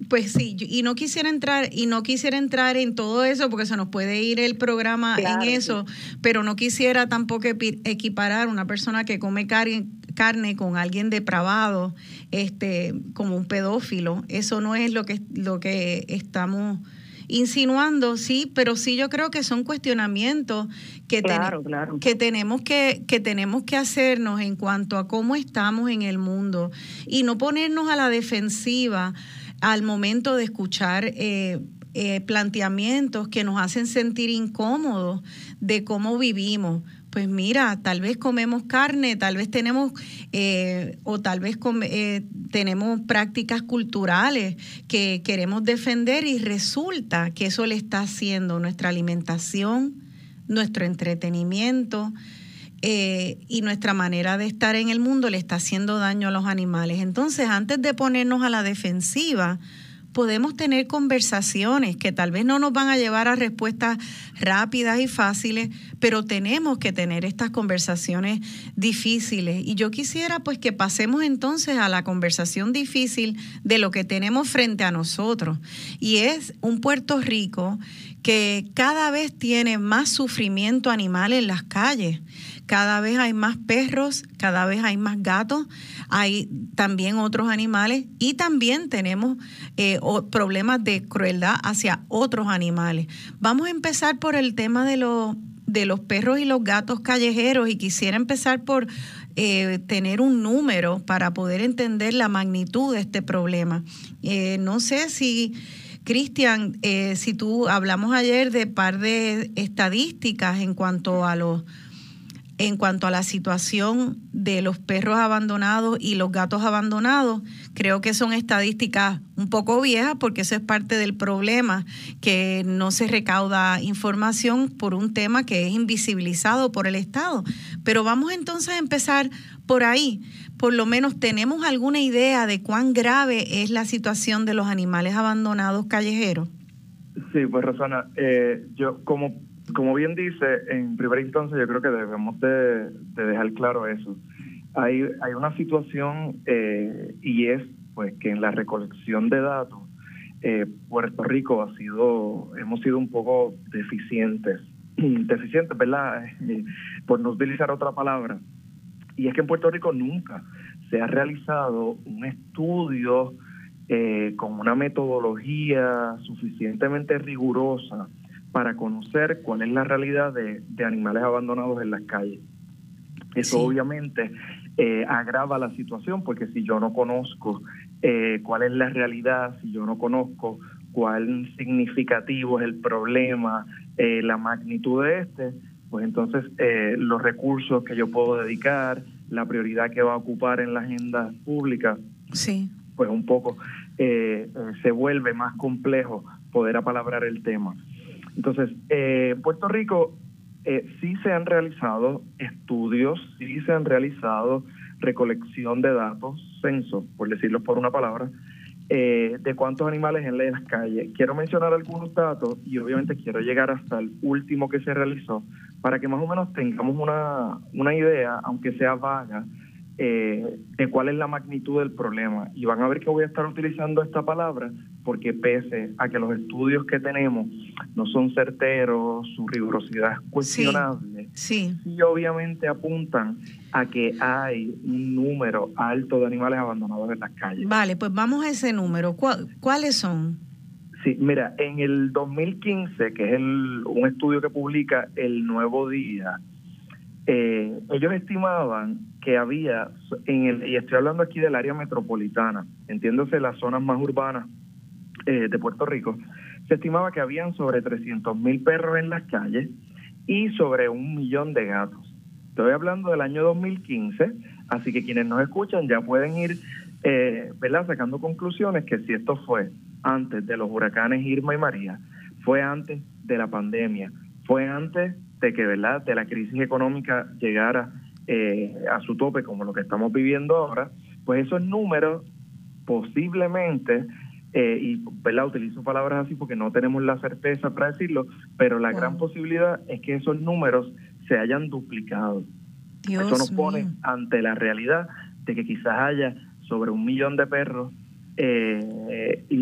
Pues sí, y no quisiera entrar en todo eso porque se nos puede ir el programa en eso, sí. Pero no quisiera tampoco equiparar una persona que come carne con alguien depravado, como un pedófilo. Eso no es lo que estamos insinuando, sí, pero sí yo creo que son cuestionamientos que, que tenemos que hacernos en cuanto a cómo estamos en el mundo y no ponernos a la defensiva al momento de escuchar planteamientos que nos hacen sentir incómodos de cómo vivimos. Pues mira, tal vez comemos carne, tal vez tenemos tenemos prácticas culturales que queremos defender y resulta que eso le está haciendo nuestra alimentación, nuestro entretenimiento y nuestra manera de estar en el mundo le está haciendo daño a los animales. Entonces, antes de ponernos a la defensiva, podemos tener conversaciones que tal vez no nos van a llevar a respuestas rápidas y fáciles, pero tenemos que tener estas conversaciones difíciles. Y yo quisiera pues que pasemos entonces a la conversación difícil de lo que tenemos frente a nosotros. Y es un Puerto Rico que cada vez tiene más sufrimiento animal en las calles. Cada vez hay más perros, cada vez hay más gatos, hay también otros animales y también tenemos problemas de crueldad hacia otros animales. Vamos a empezar por el tema de los perros y los gatos callejeros y quisiera empezar por tener un número para poder entender la magnitud de este problema. No sé si... Cristian, si tú hablamos ayer de par de estadísticas en cuanto a la situación de los perros abandonados y los gatos abandonados, creo que son estadísticas un poco viejas porque eso es parte del problema, que no se recauda información por un tema que es invisibilizado por el Estado. Pero vamos entonces a empezar por ahí. Por lo menos tenemos alguna idea de cuán grave es la situación de los animales abandonados callejeros. Sí, pues Rosana, yo como bien dice, en primera instancia yo creo que debemos de dejar claro eso. Hay una situación y es pues que en la recolección de datos Puerto Rico hemos sido un poco deficientes, ¿verdad? Por no utilizar otra palabra. Y es que en Puerto Rico nunca se ha realizado un estudio con una metodología suficientemente rigurosa para conocer cuál es la realidad de animales abandonados en las calles. Eso sí. Obviamente agrava la situación, porque si yo no conozco cuál es la realidad, si yo no conozco cuál significativo es el problema, la magnitud de pues entonces los recursos que yo puedo dedicar, la prioridad que va a ocupar en la agenda pública, sí. Pues un poco se vuelve más complejo poder apalabrar el tema. Entonces, en Puerto Rico sí se han realizado estudios, sí se han realizado recolección de datos, censos, por decirlo por una palabra, de cuántos animales en las calles. Quiero mencionar algunos datos y obviamente quiero llegar hasta el último que se realizó para que más o menos tengamos una idea, aunque sea vaga, de cuál es la magnitud del problema. Y van a ver que voy a estar utilizando esta palabra porque pese a que los estudios que tenemos no son certeros, su rigurosidad es cuestionable, sí. Y obviamente apuntan a que hay un número alto de animales abandonados en las calles. Vale, pues vamos a ese número. ¿Cuáles son? Sí, mira, en el 2015, que es un estudio que publica El Nuevo Día, ellos estimaban que había, y estoy hablando aquí del área metropolitana, entiéndose las zonas más urbanas de Puerto Rico, se estimaba que habían sobre 300,000 perros en las calles y sobre 1 millón de gatos. Estoy hablando del año 2015, así que quienes nos escuchan ya pueden ir ¿verdad? Sacando conclusiones que si esto fue antes de los huracanes Irma y María, fue antes de la pandemia, fue antes de que, ¿verdad?, de la crisis económica llegara a su tope como lo que estamos viviendo ahora, pues esos números posiblemente, y, ¿verdad?, utilizo palabras así porque no tenemos la certeza para decirlo, pero la gran posibilidad es que esos números se hayan duplicado. Eso nos pone ante la realidad de que quizás haya sobre 1 millón de perros en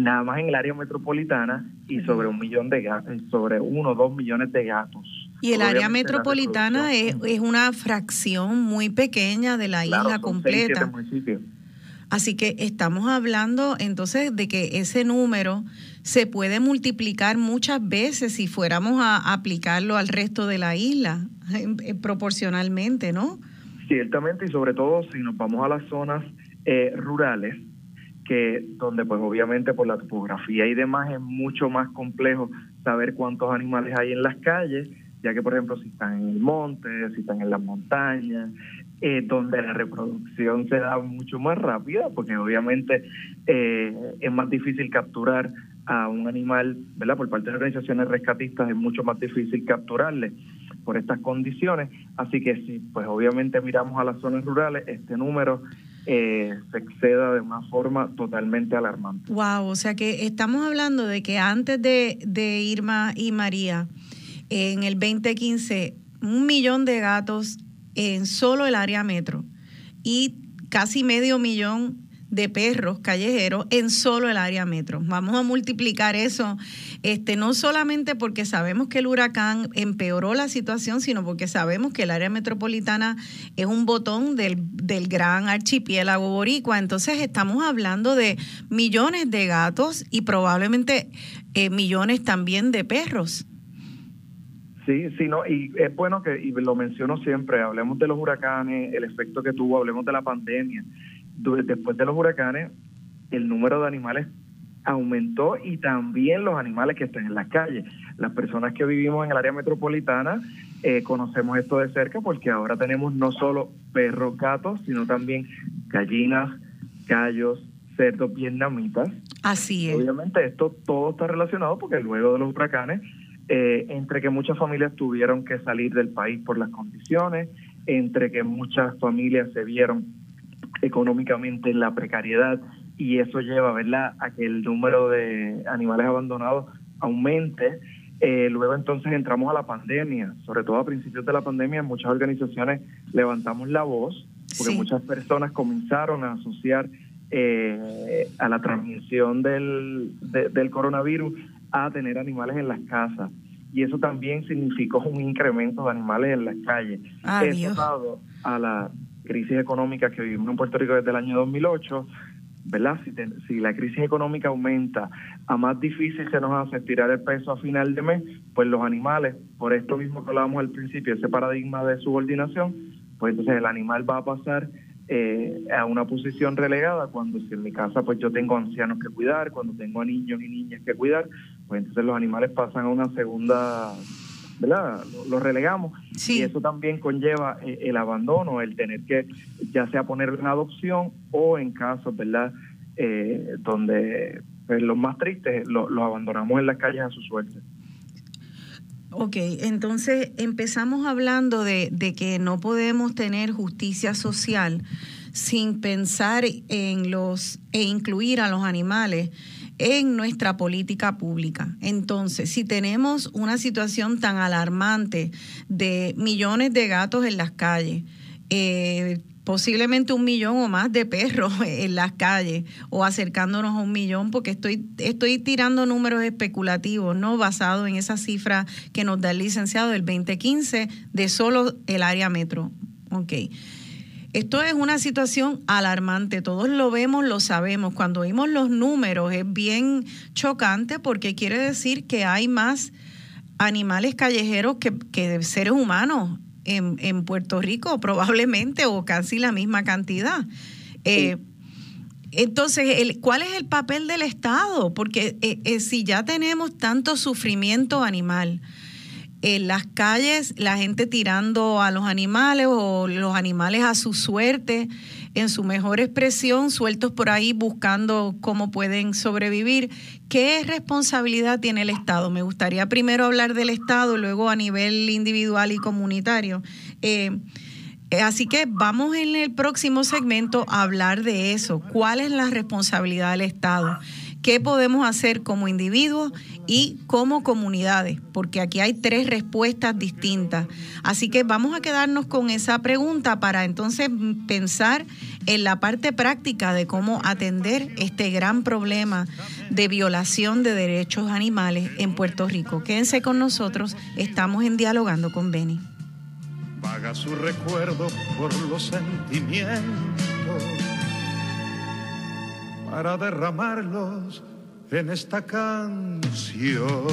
nada más en el área metropolitana, y sobre 1 o 2 millones de gatos. Y el área metropolitana es una fracción muy pequeña de la isla completa. 6, 7 municipios. Así que estamos hablando entonces de que ese número se puede multiplicar muchas veces si fuéramos a aplicarlo al resto de la isla, proporcionalmente, ¿no? Ciertamente, y sobre todo si nos vamos a las zonas rurales, donde pues obviamente por la topografía y demás es mucho más complejo saber cuántos animales hay en las calles, ya que por ejemplo si están en el monte, si están en las montañas, donde la reproducción se da mucho más rápida, porque obviamente es más difícil capturar a un animal, ¿verdad? Por parte de organizaciones rescatistas es mucho más difícil capturarle por estas condiciones, así que si pues obviamente miramos a las zonas rurales, este número se exceda de una forma totalmente alarmante. Wow, o sea que estamos hablando de que antes de Irma y María, en el 2015, 1 millón de gatos en solo el área metro y casi 500,000 de perros callejeros en solo el área metro. Vamos a multiplicar eso, no solamente porque sabemos que el huracán empeoró la situación, sino porque sabemos que el área metropolitana es un botón del gran archipiélago boricua. Entonces estamos hablando de millones de gatos y probablemente millones también de perros. Sí, no, y es bueno que, y lo menciono siempre, hablemos de los huracanes, el efecto que tuvo, hablemos de la pandemia. Después de los huracanes, el número de animales aumentó y también los animales que están en las calles. Las personas que vivimos en el área metropolitana conocemos esto de cerca porque ahora tenemos no solo perros, gatos, sino también gallinas, gallos, cerdos vietnamitas. Así es. Obviamente esto todo está relacionado porque luego de los huracanes, entre que muchas familias tuvieron que salir del país por las condiciones, entre que muchas familias se vieron económicamente en la precariedad, y eso lleva, ¿verdad?, a que el número de animales abandonados aumente. Luego entonces entramos a la pandemia, sobre todo a principios de la pandemia muchas organizaciones levantamos la voz porque muchas personas comenzaron a asociar a la transmisión del coronavirus a tener animales en las casas, y eso también significó un incremento de animales en las calles. Eso dado a la crisis económica que vivimos en Puerto Rico desde el año 2008, ¿verdad? Si la crisis económica aumenta, a más difícil se nos hace estirar el peso a final de mes, pues los animales, por esto mismo que hablábamos al principio, ese paradigma de subordinación, pues entonces el animal va a pasar a una posición relegada, cuando si en mi casa pues yo tengo ancianos que cuidar, cuando tengo a niños y niñas que cuidar, pues entonces los animales pasan a una segunda, ¿verdad? Los relegamos. Sí. Y eso también conlleva el abandono, el tener que ya sea poner en adopción o en casos, ¿verdad?, donde pues, los más tristes los abandonamos en las calles a su suerte. Ok, entonces empezamos hablando de que no podemos tener justicia social sin pensar en e incluir a los animales en nuestra política pública. Entonces, si tenemos una situación tan alarmante de millones de gatos en las calles, posiblemente 1 millón o más de perros en las calles, o acercándonos a 1 millón, porque estoy tirando números especulativos, no basados en esa cifra que nos da el licenciado del 2015 de solo el área metro. Okay. Esto es una situación alarmante, todos lo vemos, lo sabemos. Cuando vimos los números es bien chocante porque quiere decir que hay más animales callejeros que seres humanos en Puerto Rico, probablemente, o casi la misma cantidad. Entonces, ¿cuál es el papel del Estado? Porque si ya tenemos tanto sufrimiento animal, en las calles, la gente tirando a los animales o los animales a su suerte, en su mejor expresión, sueltos por ahí buscando cómo pueden sobrevivir. ¿Qué responsabilidad tiene el Estado? Me gustaría primero hablar del Estado, luego a nivel individual y comunitario. Así que vamos en el próximo segmento a hablar de eso. ¿Cuál es la responsabilidad del Estado? ¿Qué podemos hacer como individuos y como comunidades? Porque aquí hay 3 respuestas distintas. Así que vamos a quedarnos con esa pregunta para entonces pensar en la parte práctica de cómo atender este gran problema de violación de derechos animales en Puerto Rico. Quédense con nosotros, estamos en Dialogando con Beni. Vaga su recuerdo por los sentimientos para derramarlos en esta canción.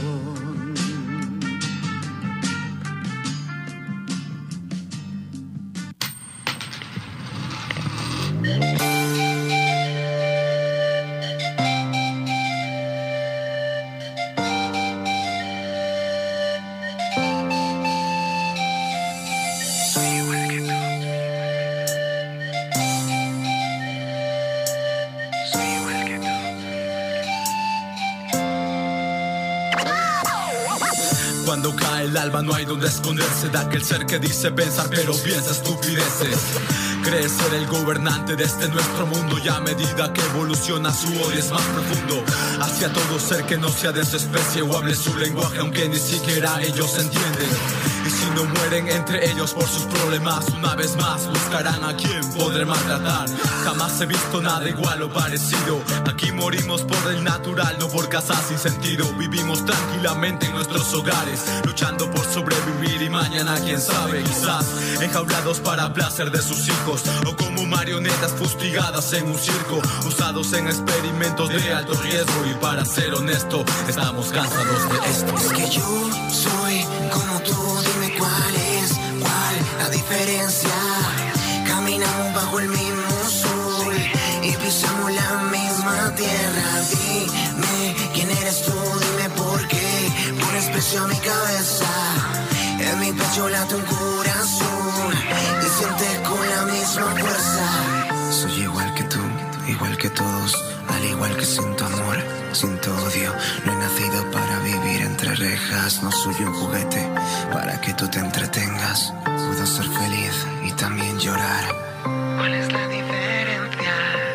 Cuando cae el alba no hay donde esconderse de aquel ser que dice pensar pero piensa estupideces. Cree ser el gobernante de este nuestro mundo y a medida que evoluciona su odio es más profundo hacia todo ser que no sea de su especie o hable su lenguaje aunque ni siquiera ellos entienden. Y si no mueren entre ellos por sus problemas, una vez más buscarán a quien podré maltratar. Jamás he visto nada igual o parecido. Aquí morimos por el natural, no por cazar sin sentido. Vivimos tranquilamente en nuestros hogares, luchando por sobrevivir y mañana quién sabe, quizás enjaulados para placer de sus hijos o como marionetas fustigadas en un circo, usados en experimentos de alto riesgo. Y para ser honesto, estamos cansados de esto. Es que yo soy como tú, dime cuál la diferencia. Caminamos bajo el mismo sol y pisamos la misma tierra. Dime quién eres tú, dime por qué pones precio a mi cabeza. En mi pecho late un corazón y sientes con la misma fuerza. Soy igual que tú, igual que todos, al igual que siento amor, siento odio. No he nacido para vivir entre rejas, no soy un juguete para que tú te entretengas. Puedo ser feliz y también llorar. ¿Cuál es la diferencia?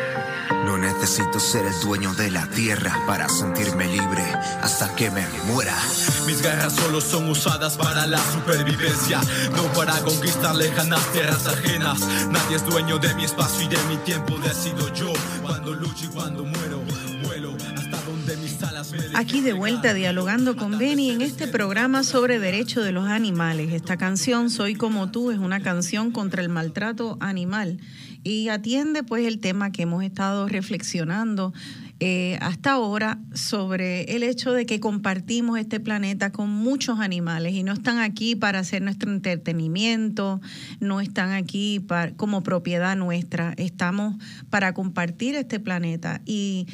No necesito ser el dueño de la tierra para sentirme libre hasta que me muera. Mis guerras solo son usadas para la supervivencia, no para conquistar lejanas tierras ajenas. Nadie es dueño de mi espacio y de mi tiempo. Decido yo cuando lucho y cuando muero. Vuelo hasta donde mis alas me dejen. Aquí de vuelta dialogando con Beni en este programa sobre derechos de los animales. Esta canción, Soy como tú, es una canción contra el maltrato animal y atiende pues el tema que hemos estado reflexionando hasta ahora sobre el hecho de que compartimos este planeta con muchos animales y no están aquí para hacer nuestro entretenimiento, no están aquí como propiedad nuestra, estamos para compartir este planeta y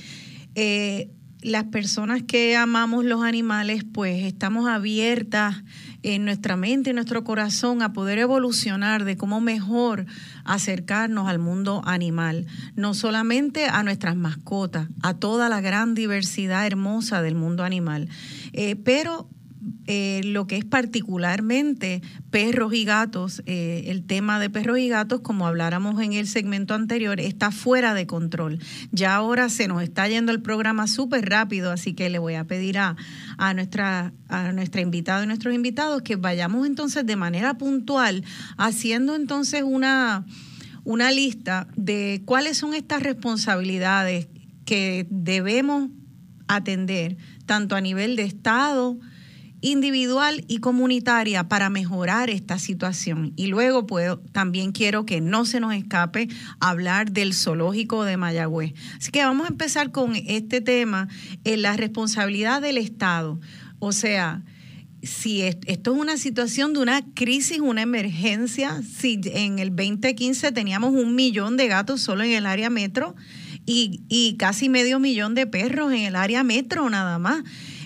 las personas que amamos los animales pues estamos abiertas en nuestra mente y nuestro corazón a poder evolucionar de cómo mejor acercarnos al mundo animal, no solamente a nuestras mascotas, a toda la gran diversidad hermosa del mundo animal, pero lo que es particularmente perros y gatos, el tema de perros y gatos, como habláramos en el segmento anterior, está fuera de control. Ya ahora se nos está yendo el programa súper rápido, así que le voy a pedir a nuestra invitada y nuestros invitados que vayamos entonces de manera puntual haciendo entonces una lista de cuáles son estas responsabilidades que debemos atender tanto a nivel de Estado, individual y comunitaria para mejorar esta situación. Y luego también quiero que no se nos escape hablar del zoológico de Mayagüez. Así que vamos a empezar con este tema, la responsabilidad del Estado. O sea, si esto es una situación de una crisis, una emergencia, si en el 2015 teníamos 1 millón de gatos solo en el área metro y casi 500,000 de perros en el área metro nada más,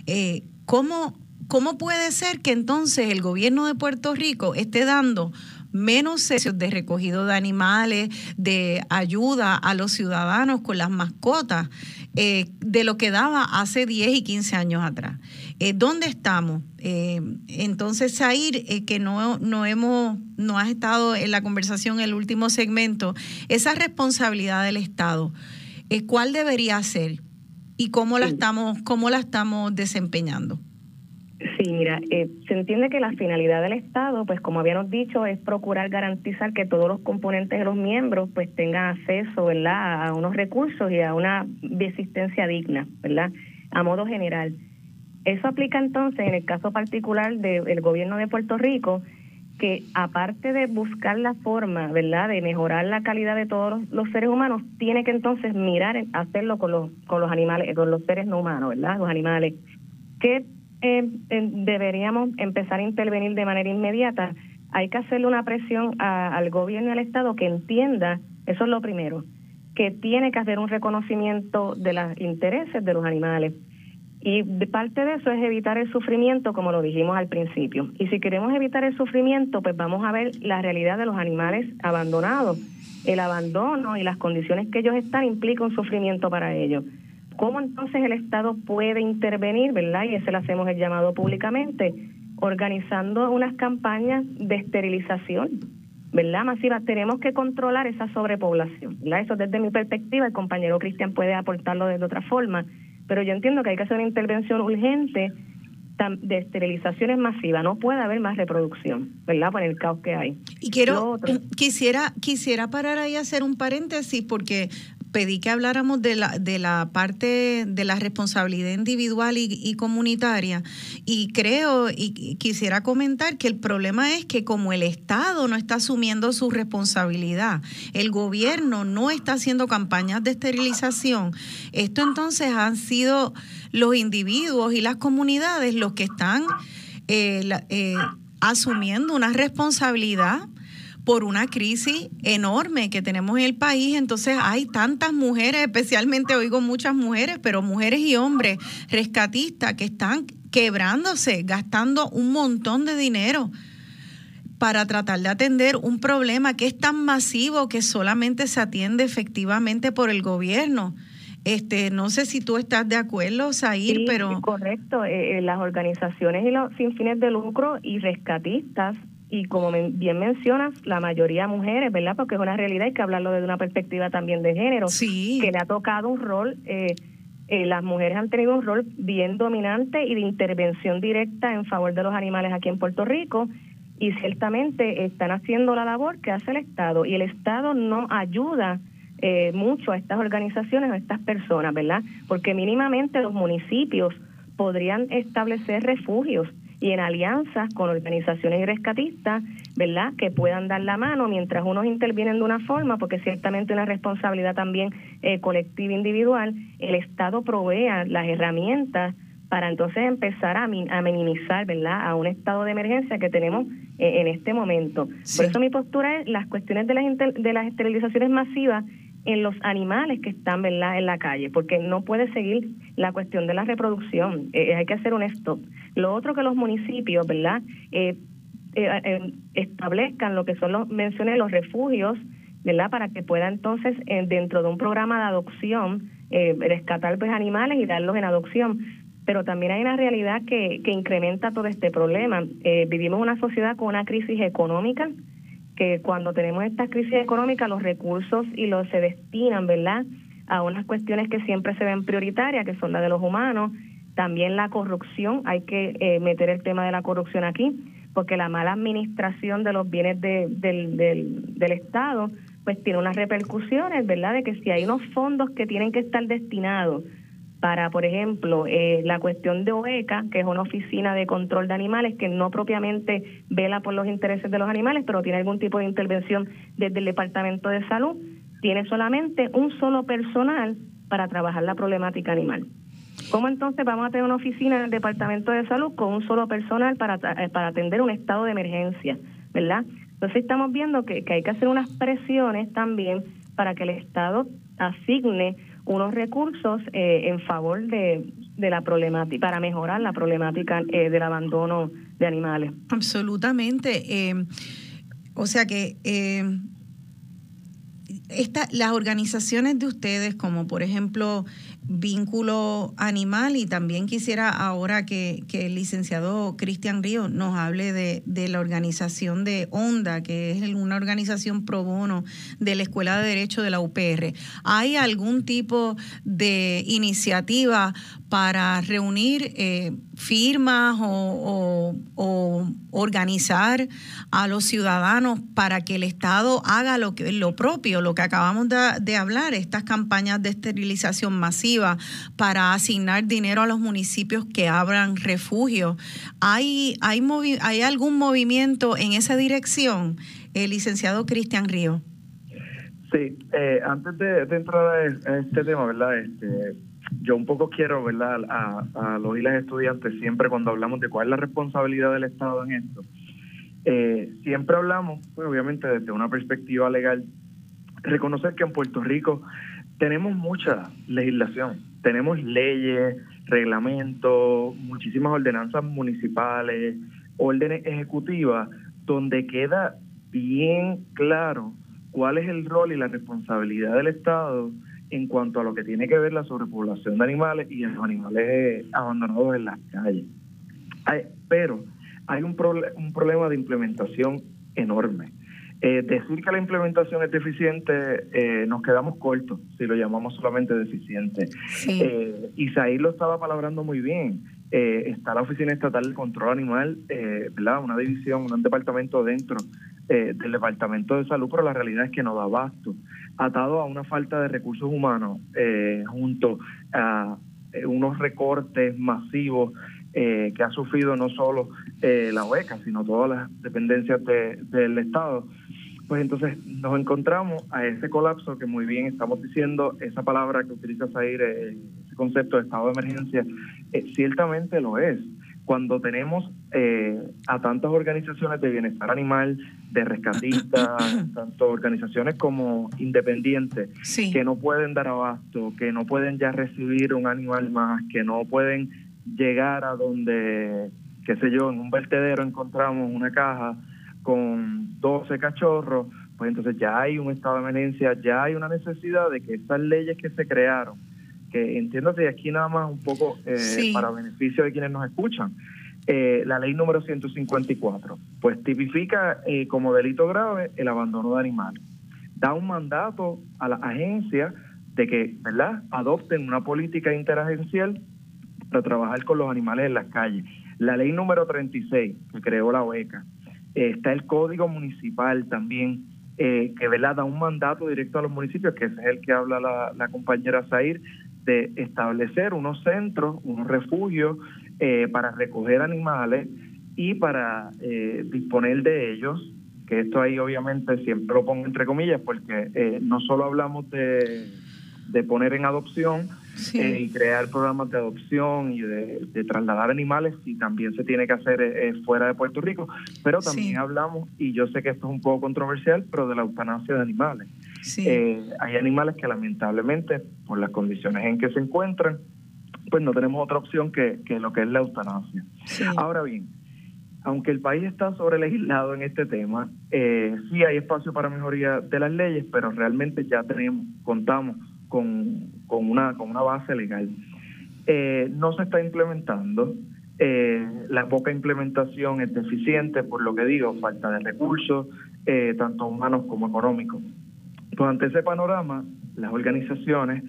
¿Cómo puede ser que entonces el gobierno de Puerto Rico esté dando menos servicios de recogido de animales, de ayuda a los ciudadanos con las mascotas, de lo que daba hace 10 y 15 años atrás? ¿Dónde estamos? Entonces, Zair, que no has estado en la conversación en el último segmento, esa responsabilidad del Estado, ¿cuál debería ser? ¿Y cómo la estamos desempeñando? Sí, mira, se entiende que la finalidad del Estado, pues como habíamos dicho, es procurar garantizar que todos los componentes de los miembros pues tengan acceso, ¿verdad?, a unos recursos y a una existencia digna, ¿verdad?, a modo general. Eso aplica entonces en el caso particular del gobierno de Puerto Rico, que aparte de buscar la forma, ¿verdad?, de mejorar la calidad de todos los seres humanos, tiene que entonces mirar, hacerlo con los animales, con los seres no humanos, ¿verdad?, los animales. ¿Qué deberíamos empezar a intervenir de manera inmediata? Hay que hacerle una presión al gobierno y al Estado que entienda, eso es lo primero, que tiene que hacer un reconocimiento de los intereses de los animales. Y parte de eso es evitar el sufrimiento, como lo dijimos al principio. Y si queremos evitar el sufrimiento, pues vamos a ver la realidad de los animales abandonados. El abandono y las condiciones que ellos están implica un sufrimiento para ellos. ¿Cómo entonces el Estado puede intervenir, verdad? Y ese le hacemos el llamado públicamente, organizando unas campañas de esterilización, ¿verdad?, masiva. Tenemos que controlar esa sobrepoblación, ¿verdad? Eso desde mi perspectiva, el compañero Cristian puede aportarlo de otra forma, pero yo entiendo que hay que hacer una intervención urgente de esterilizaciones masivas. No puede haber más reproducción, ¿verdad?, por el caos que hay. Y quisiera parar ahí a hacer un paréntesis, porque pedí que habláramos de la parte de la responsabilidad individual y comunitaria, y creo y quisiera comentar que el problema es que como el Estado no está asumiendo su responsabilidad, el gobierno no está haciendo campañas de esterilización, esto entonces han sido los individuos y las comunidades los que están asumiendo una responsabilidad por una crisis enorme que tenemos en el país. Entonces hay tantas mujeres, especialmente oigo muchas mujeres, pero mujeres y hombres rescatistas que están quebrándose, gastando un montón de dinero para tratar de atender un problema que es tan masivo que solamente se atiende efectivamente por el gobierno. No sé si tú estás de acuerdo, Zair, sí, pero... Correcto, las organizaciones y los sin fines de lucro y rescatistas, y como bien mencionas, la mayoría mujeres, ¿verdad?, porque es una realidad, hay que hablarlo desde una perspectiva también de género, sí, que le ha tocado un rol, las mujeres han tenido un rol bien dominante y de intervención directa en favor de los animales aquí en Puerto Rico, y ciertamente están haciendo la labor que hace el Estado, y el Estado no ayuda mucho a estas organizaciones, a estas personas, ¿verdad?, porque mínimamente los municipios podrían establecer refugios y en alianzas con organizaciones y rescatistas, ¿verdad?, que puedan dar la mano mientras unos intervienen de una forma, porque ciertamente una responsabilidad también colectiva e individual, el Estado provea las herramientas para entonces empezar a minimizar, ¿verdad?, a un estado de emergencia que tenemos en este momento. Sí. Por eso mi postura es las cuestiones de las esterilizaciones masivas en los animales que están, ¿verdad?, en la calle, porque no puede seguir la cuestión de la reproducción, hay que hacer un stop. Lo otro, que los municipios, ¿verdad?, establezcan lo que son mencioné, los refugios, ¿verdad?, para que pueda entonces, dentro de un programa de adopción, rescatar pues animales y darlos en adopción. Pero también hay una realidad que incrementa todo este problema. Vivimos una sociedad con una crisis económica, que cuando tenemos esta crisis económica los recursos se destinan, ¿verdad?, a unas cuestiones que siempre se ven prioritarias, que son las de los humanos. También la corrupción, hay que meter el tema de la corrupción aquí, porque la mala administración de los bienes del Estado pues tiene unas repercusiones, ¿verdad?, de que si hay unos fondos que tienen que estar destinados para, por ejemplo, la cuestión de OECA, que es una oficina de control de animales que no propiamente vela por los intereses de los animales, pero tiene algún tipo de intervención desde el Departamento de Salud, tiene solamente un solo personal para trabajar la problemática animal. ¿Cómo entonces vamos a tener una oficina en el Departamento de Salud con un solo personal para atender un estado de emergencia, ¿verdad? Entonces estamos viendo que hay que hacer unas presiones también para que el Estado asigne unos recursos en favor de la problemática, para mejorar la problemática del abandono de animales. Absolutamente. O sea que las organizaciones de ustedes, como por ejemplo vínculo animal, y también quisiera ahora que el licenciado Cristian Ríos nos hable de la organización de ONDA, que es una organización pro bono de la Escuela de Derecho de la UPR. ¿Hay algún tipo de iniciativa para reunir firmas o organizar a los ciudadanos para que el Estado haga lo propio, lo que acabamos de hablar, estas campañas de esterilización masiva para asignar dinero a los municipios que abran refugios? ¿Hay algún movimiento en esa dirección, licenciado Cristian Ríos? Sí, antes de entrar a este tema, ¿verdad? Yo un poco quiero, ¿verdad?, a los y las estudiantes, siempre cuando hablamos de cuál es la responsabilidad del Estado en esto, siempre hablamos, pues, obviamente desde una perspectiva legal, reconocer que en Puerto Rico tenemos mucha legislación, tenemos leyes, reglamentos, muchísimas ordenanzas municipales, órdenes ejecutivas, donde queda bien claro cuál es el rol y la responsabilidad del Estado en cuanto a lo que tiene que ver la sobrepoblación de animales y los animales abandonados en las calles. Pero hay un problema de implementación enorme. Decir que la implementación es deficiente, nos quedamos cortos si lo llamamos solamente deficiente. Sí. Isaí lo estaba palabrando muy bien. Está la Oficina Estatal del Control Animal, ¿verdad?, una división, un departamento dentro del Departamento de Salud, pero la realidad es que no da abasto, atado a una falta de recursos humanos, junto a unos recortes masivos que ha sufrido no solo la UECA, sino todas las dependencias del Estado. Pues entonces nos encontramos a ese colapso que muy bien estamos diciendo, esa palabra que utiliza Zair, ese concepto de estado de emergencia, ciertamente lo es. Cuando tenemos a tantas organizaciones de bienestar animal, de rescatistas, tanto organizaciones como independientes, sí, que no pueden dar abasto, que no pueden ya recibir un animal más, que no pueden llegar a donde, qué sé yo, en un vertedero encontramos una caja con 12 cachorros, pues entonces ya hay un estado de emergencia, ya hay una necesidad de que estas leyes que se crearon, que entiéndase aquí nada más un poco sí, para beneficio de quienes nos escuchan, la ley número 154, pues tipifica como delito grave el abandono de animales. Da un mandato a las agencias de que, ¿verdad?, adopten una política interagencial para trabajar con los animales en las calles. La ley número 36, que creó la OECA, está el Código Municipal también, que, ¿verdad?, da un mandato directo a los municipios, que ese es el que habla la compañera Zair, de establecer unos centros, unos refugios para recoger animales y para disponer de ellos, que esto ahí obviamente siempre lo pongo entre comillas, porque no solo hablamos de poner en adopción, sí, y crear programas de adopción y de trasladar animales, y también se tiene que hacer fuera de Puerto Rico, pero también sí, hablamos, y yo sé que esto es un poco controversial, pero de la eutanasia de animales. sí. Hay animales que lamentablemente, por las condiciones en que se encuentran, pues no tenemos otra opción que lo que es la eutanasia. Sí. Ahora bien, aunque el país está sobrelegislado en este tema, sí hay espacio para mejoría de las leyes, pero realmente ya contamos con una base legal. No se está implementando, la poca implementación es deficiente, por lo que digo, falta de recursos, tanto humanos como económicos. Pues ante ese panorama, las organizaciones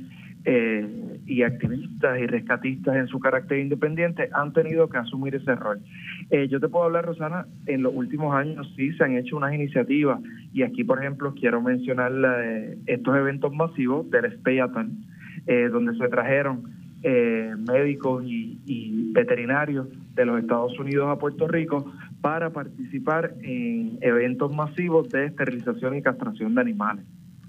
y activistas y rescatistas en su carácter independiente han tenido que asumir ese rol. Yo te puedo hablar, Rosana, en los últimos años sí se han hecho unas iniciativas, y aquí, por ejemplo, quiero mencionar estos eventos masivos del Speyathon, donde se trajeron médicos y veterinarios de los Estados Unidos a Puerto Rico para participar en eventos masivos de esterilización y castración de animales.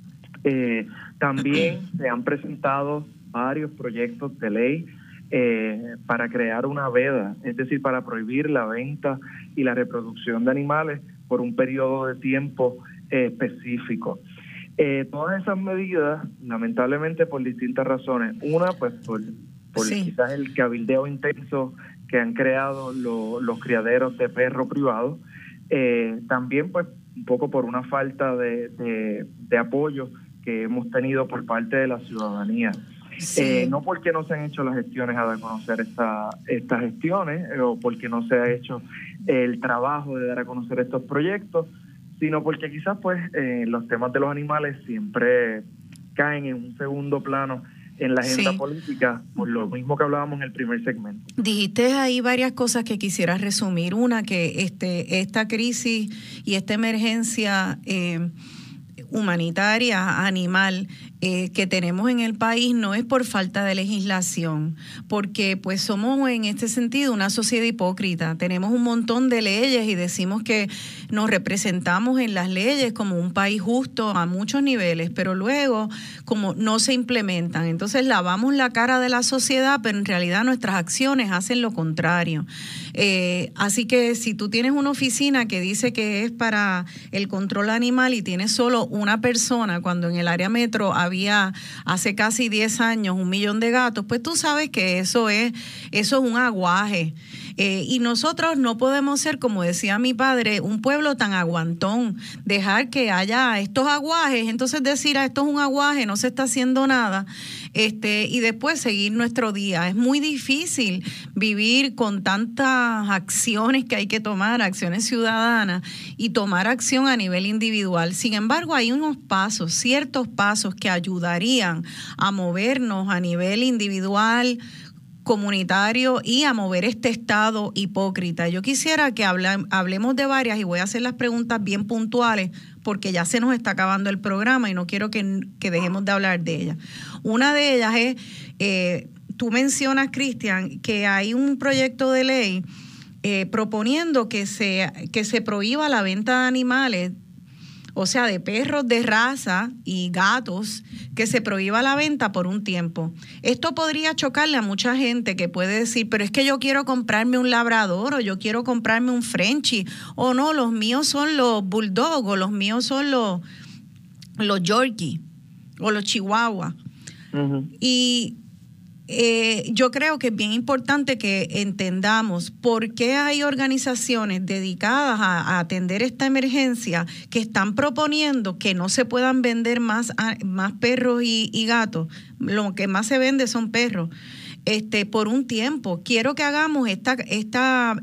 También se han presentado varios proyectos de ley para crear una veda, es decir, para prohibir la venta y la reproducción de animales por un periodo de tiempo específico. Todas esas medidas, lamentablemente por distintas razones, una pues por sí, quizás el cabildeo intenso que han creado los criaderos de perros privados, también pues un poco por una falta de apoyo que hemos tenido por parte de la ciudadanía. Sí. No porque no se han hecho las gestiones a dar a conocer estas gestiones o porque no se ha hecho el trabajo de dar a conocer estos proyectos, sino porque quizás pues los temas de los animales siempre caen en un segundo plano en la agenda política, por lo mismo que hablábamos en el primer segmento. Dijiste ahí varias cosas que quisiera resumir. Una, que esta crisis y esta emergencia humanitaria, animal, que tenemos en el país no es por falta de legislación, porque pues somos en este sentido una sociedad hipócrita. Tenemos un montón de leyes y decimos que nos representamos en las leyes como un país justo a muchos niveles, pero luego como no se implementan. Entonces lavamos la cara de la sociedad, pero en realidad nuestras acciones hacen lo contrario. Así que si tú tienes una oficina que dice que es para el control animal y tienes solo una persona, cuando en el área metro había hace casi 10 años 1 millón de gatos, pues tú sabes que eso es un aguaje. Y nosotros no podemos ser, como decía mi padre, un pueblo tan aguantón, dejar que haya estos aguajes, entonces decir, esto es un aguaje, no se está haciendo nada, y después seguir nuestro día. Es muy difícil vivir con tantas acciones que hay que tomar, acciones ciudadanas, y tomar acción a nivel individual. Sin embargo, hay unos pasos, ciertos pasos que ayudarían a movernos a nivel individual, comunitario y a mover este estado hipócrita. Yo quisiera que hablemos de varias y voy a hacer las preguntas bien puntuales porque ya se nos está acabando el programa y no quiero que dejemos de hablar de ellas. Una de ellas es, tú mencionas, Cristian, que hay un proyecto de ley proponiendo que se prohíba la venta de animales, o sea, de perros de raza y gatos, que se prohíba la venta por un tiempo. Esto podría chocarle a mucha gente que puede decir, pero es que yo quiero comprarme un labrador o yo quiero comprarme un Frenchie, o no, los míos son los bulldog o los míos son los yorkie o los chihuahua. Uh-huh. Y yo creo que es bien importante que entendamos por qué hay organizaciones dedicadas a atender esta emergencia que están proponiendo que no se puedan vender más perros y gatos. Lo que más se vende son perros. Por un tiempo. Quiero que hagamos esta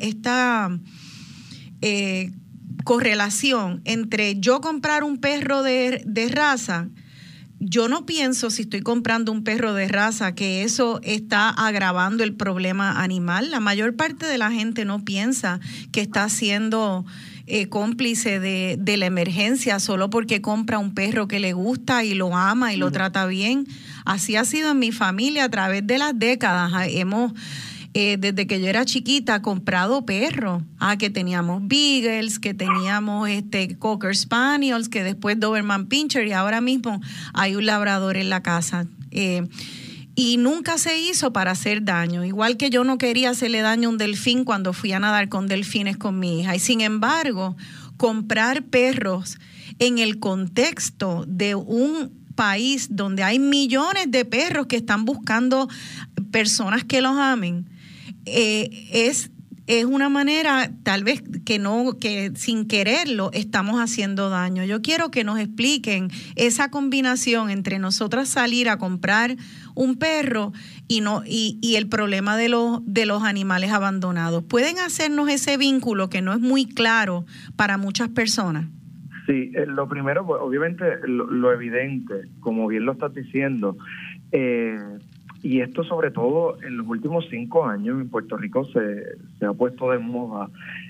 correlación entre yo comprar un perro de raza. Yo no pienso, si estoy comprando un perro de raza, que eso está agravando el problema animal. La mayor parte de la gente no piensa que está siendo cómplice de la emergencia solo porque compra un perro que le gusta y lo ama y lo trata bien. Así ha sido en mi familia a través de las décadas. Hemos... desde que yo era chiquita, comprado perros. Que teníamos Beagles, que teníamos Cocker Spaniels, que después Doberman Pinscher, y ahora mismo hay un labrador en la casa. Y nunca se hizo para hacer daño. Igual que yo no quería hacerle daño a un delfín cuando fui a nadar con delfines con mi hija. Y sin embargo, comprar perros en el contexto de un país donde hay millones de perros que están buscando personas que los amen, es una manera tal vez que sin quererlo estamos haciendo daño. Yo quiero que nos expliquen esa combinación entre nosotras salir a comprar un perro y el problema de los animales abandonados. ¿Pueden hacernos ese vínculo que no es muy claro para muchas personas? Sí, lo primero, pues, obviamente lo evidente, como bien lo estás diciendo, y esto sobre todo en los últimos 5 años en Puerto Rico se ha puesto de moda,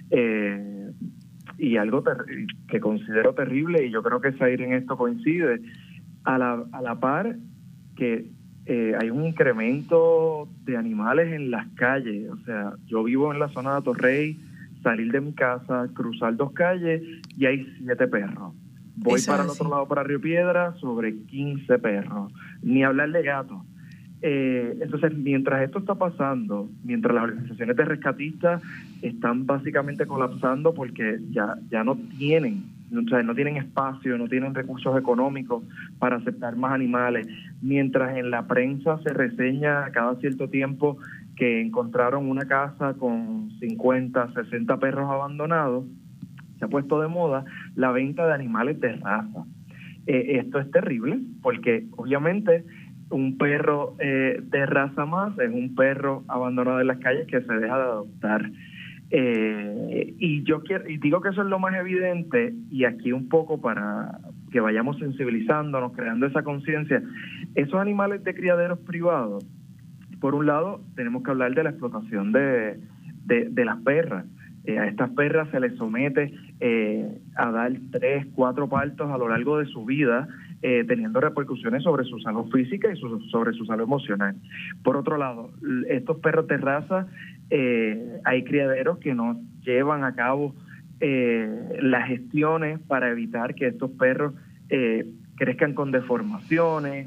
y algo que considero terrible, y yo creo que Zaire en esto coincide, a la par que hay un incremento de animales en las calles. O sea, yo vivo en la zona de Atorrey, salir de mi casa, cruzar 2 calles y hay 7 perros. Voy para el otro lado, para Río Piedra, sobre 15 perros. Ni hablar de gatos. Entonces, mientras esto está pasando, mientras las organizaciones de rescatistas están básicamente colapsando porque ya no tienen, o sea, no tienen espacio, no tienen recursos económicos para aceptar más animales, mientras en la prensa se reseña cada cierto tiempo que encontraron una casa con 50, 60 perros abandonados, se ha puesto de moda la venta de animales de raza. Esto es terrible porque obviamente un perro de raza más, es un perro abandonado en las calles que se deja de adoptar. Y digo que eso es lo más evidente, y aquí un poco para que vayamos sensibilizándonos, creando esa conciencia. Esos animales de criaderos privados, por un lado, tenemos que hablar de la explotación de las perras. A estas perras se les somete a dar 3, 4 partos a lo largo de su vida, teniendo repercusiones sobre su salud física y sobre su salud emocional. Por otro lado, estos perros de raza, hay criaderos que no llevan a cabo las gestiones para evitar que estos perros crezcan con deformaciones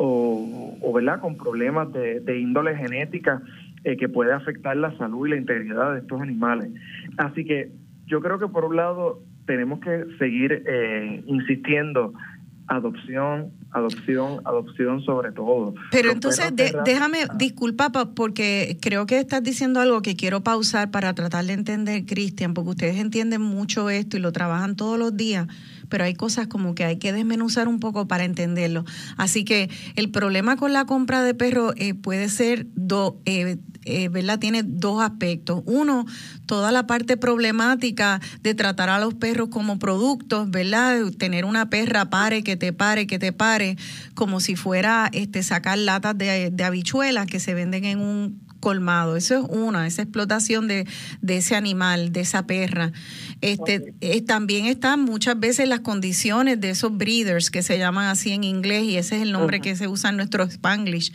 o ¿verdad?, con problemas de índole genética que puede afectar la salud y la integridad de estos animales. Así que yo creo que por un lado tenemos que seguir insistiendo, adopción sobre todo. Pero entonces déjame, disculpa, porque creo que estás diciendo algo que quiero pausar para tratar de entender, Cristian, porque ustedes entienden mucho esto y lo trabajan todos los días, pero hay cosas como que hay que desmenuzar un poco para entenderlo. Así que el problema con la compra de perros puede ser ¿verdad? Tiene 2 aspectos. Uno, toda la parte problemática de tratar a los perros como productos, ¿verdad? Tener una perra que te pare, como si fuera sacar latas de habichuelas que se venden en un colmado. Eso es esa explotación de ese animal, de esa perra. También están muchas veces las condiciones de esos breeders, que se llaman así en inglés, y ese es el nombre que se usa en nuestro Spanglish.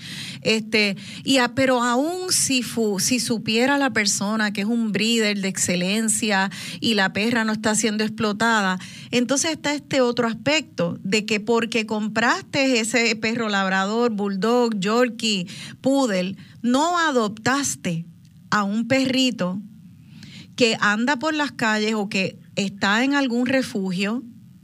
Pero aún si supiera la persona que es un breeder de excelencia y la perra no está siendo explotada, entonces está este otro aspecto de que porque compraste ese perro labrador, bulldog, yorkie, poodle, no adoptaste a un perrito que anda por las calles o que está en algún refugio,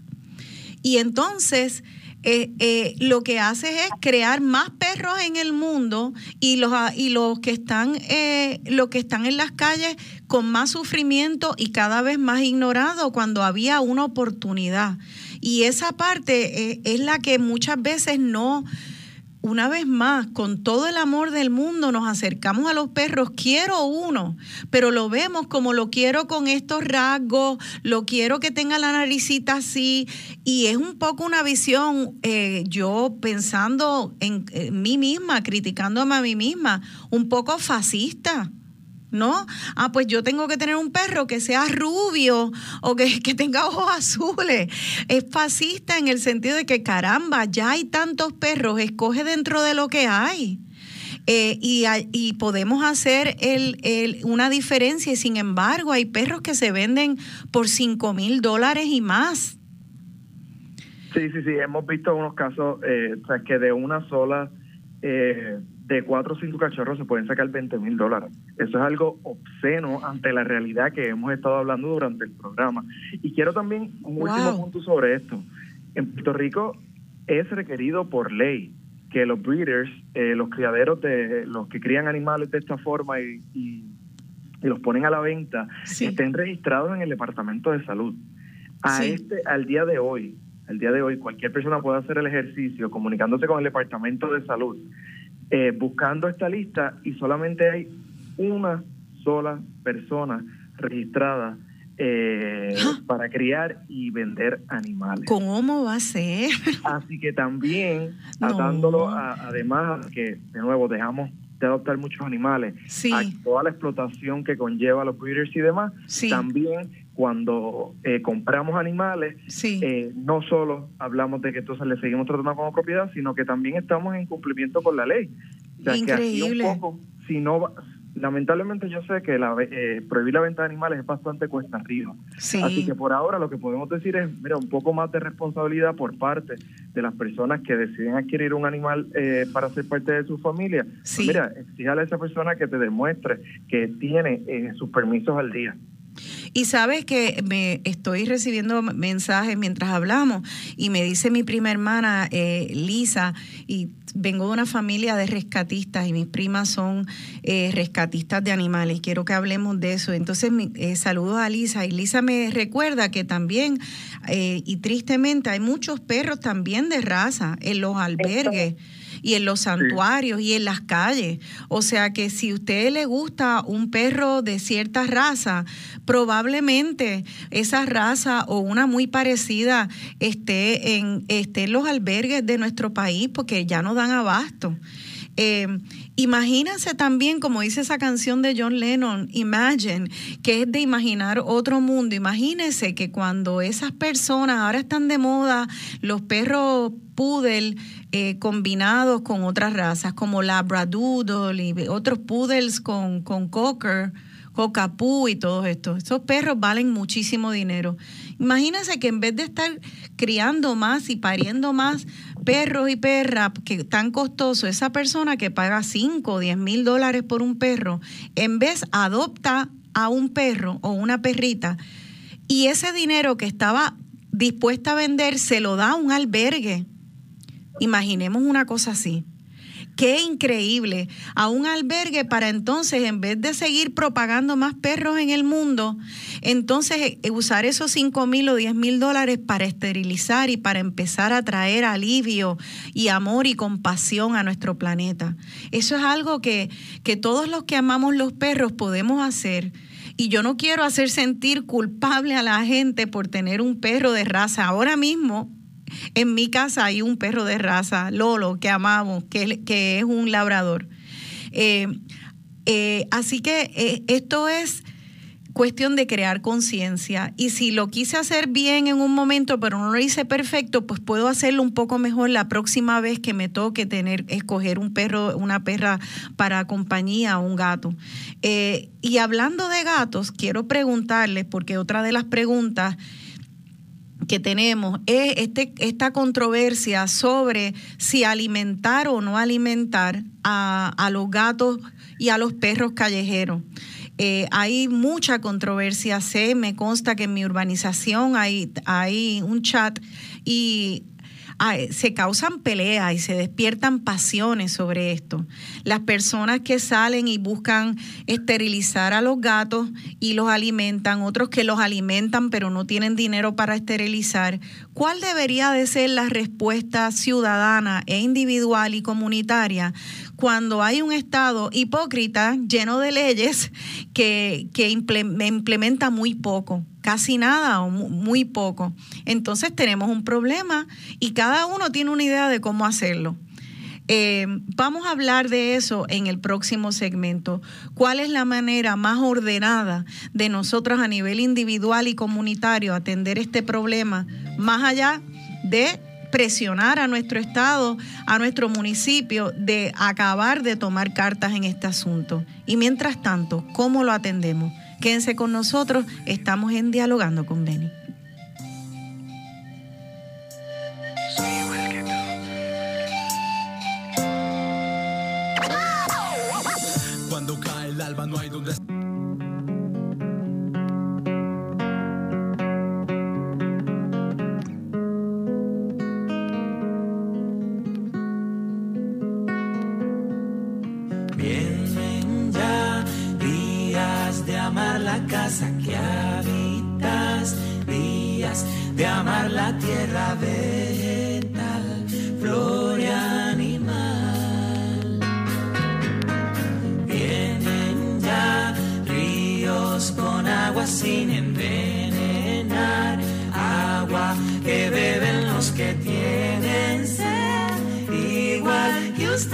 y entonces lo que haces es crear más perros en el mundo y los que están en las calles con más sufrimiento y cada vez más ignorados cuando había una oportunidad. Y esa parte es la que muchas veces no. Una vez más, con todo el amor del mundo, nos acercamos a los perros. Quiero uno, pero lo vemos como lo quiero con estos rasgos, lo quiero que tenga la naricita así, y es un poco una visión, yo pensando en mí misma, criticándome a mí misma, un poco fascista, ¿no? Pues yo tengo que tener un perro que sea rubio o que tenga ojos azules. Es fascista en el sentido de que, caramba, ya hay tantos perros, escoge dentro de lo que hay. Y podemos hacer una diferencia, y sin embargo hay perros que se venden por $5,000 y más. Sí, hemos visto unos casos que de una sola de 4 o 5 cachorros se pueden sacar $20,000. Eso es algo obsceno ante la realidad que hemos estado hablando durante el programa. Y quiero también un último punto sobre esto. En Puerto Rico es requerido por ley que los breeders, los criaderos de los que crían animales de esta forma y los ponen a la venta, estén registrados en el Departamento de Salud. Al día de hoy, cualquier persona puede hacer el ejercicio comunicándose con el Departamento de Salud, buscando esta lista, y solamente hay una sola persona registrada para criar y vender animales. ¿Cómo va a ser? Así que también, atándolo además que, de nuevo, dejamos de adoptar muchos animales, a toda la explotación que conlleva los breeders y demás, también cuando compramos animales, no solo hablamos de que entonces le seguimos tratando como propiedad, sino que también estamos en cumplimiento con la ley. O sea, increíble. Que un poco, lamentablemente yo sé que prohibir la venta de animales es bastante cuesta arriba. Así que por ahora lo que podemos decir es, un poco más de responsabilidad por parte de las personas que deciden adquirir un animal para ser parte de su familia. Pues exíjale a esa persona que te demuestre que tiene sus permisos al día. Y sabes que me estoy recibiendo mensajes mientras hablamos, y me dice mi prima hermana, Lisa, y vengo de una familia de rescatistas y mis primas son rescatistas de animales. Quiero que hablemos de eso. Entonces, saludos a Lisa, y Lisa me recuerda que también, y tristemente, hay muchos perros también de raza en los albergues. y en los santuarios y en las calles. O sea que si a usted le gusta un perro de cierta raza, probablemente esa raza o una muy parecida esté en los albergues de nuestro país porque ya no dan abasto. Imagínense también, como dice esa canción de John Lennon, Imagine, que es de imaginar otro mundo. Imagínense que cuando esas personas, ahora están de moda los perros poodle combinados con otras razas, como Labradoodle y otros poodles con cocker, Cockapoo y todo esto. Esos perros valen muchísimo dinero. Imagínense que en vez de estar criando más y pariendo más perros y perras, que tan costoso, esa persona que paga 5 o 10 mil dólares por un perro, en vez adopta a un perro o una perrita y ese dinero que estaba dispuesta a vender se lo da a un albergue. Imaginemos una cosa así. Qué increíble, a un albergue para entonces, en vez de seguir propagando más perros en el mundo, entonces usar esos 5 mil o 10 mil dólares para esterilizar y para empezar a traer alivio y amor y compasión a nuestro planeta. Eso es algo que todos los que amamos los perros podemos hacer. Y yo no quiero hacer sentir culpable a la gente por tener un perro de raza. Ahora mismo, en mi casa hay un perro de raza, Lolo, que amamos, que es un labrador. Así que esto es cuestión de crear conciencia. Y si lo quise hacer bien en un momento, pero no lo hice perfecto, pues puedo hacerlo un poco mejor la próxima vez que me toque escoger un perro, una perra para compañía o un gato. Y hablando de gatos, quiero preguntarles, porque otra de las preguntas que tenemos es esta controversia sobre si alimentar o no alimentar a los gatos y a los perros callejeros. Hay mucha controversia, me consta que en mi urbanización hay un chat y se causan peleas y se despiertan pasiones sobre esto. Las personas que salen y buscan esterilizar a los gatos y los alimentan, otros que los alimentan pero no tienen dinero para esterilizar. ¿Cuál debería de ser la respuesta ciudadana e individual y comunitaria cuando hay un Estado hipócrita lleno de leyes que implementa muy poco? Casi nada o muy poco. Entonces tenemos un problema y cada uno tiene una idea de cómo hacerlo. Vamos a hablar de eso en el próximo segmento. ¿Cuál es la manera más ordenada de nosotros a nivel individual y comunitario atender este problema, más allá de presionar a nuestro estado, a nuestro municipio, de acabar de tomar cartas en este asunto? Y mientras tanto, ¿cómo lo atendemos? Quédense con nosotros, estamos en Dialogando con Benny. Cuando cae el alba no hay donde... Vienen ya días de amar la casa que habitas, días de amar la tierra vegetal, flor y animal. Vienen ya ríos con agua sin envenenar, agua que beben los que tienen sed, igual que usted.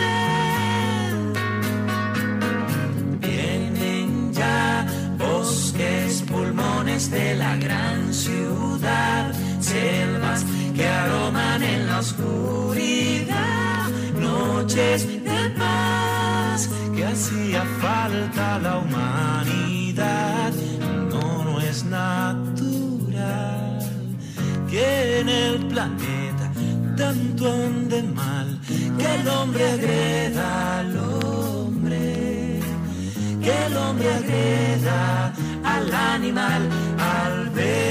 Pulmones de la gran ciudad, selvas que aroman en la oscuridad, noches de paz que hacía falta la humanidad. No es natural que en el planeta tanto ande mal, que el hombre agreda al hombre, que el hombre agreda al animal, al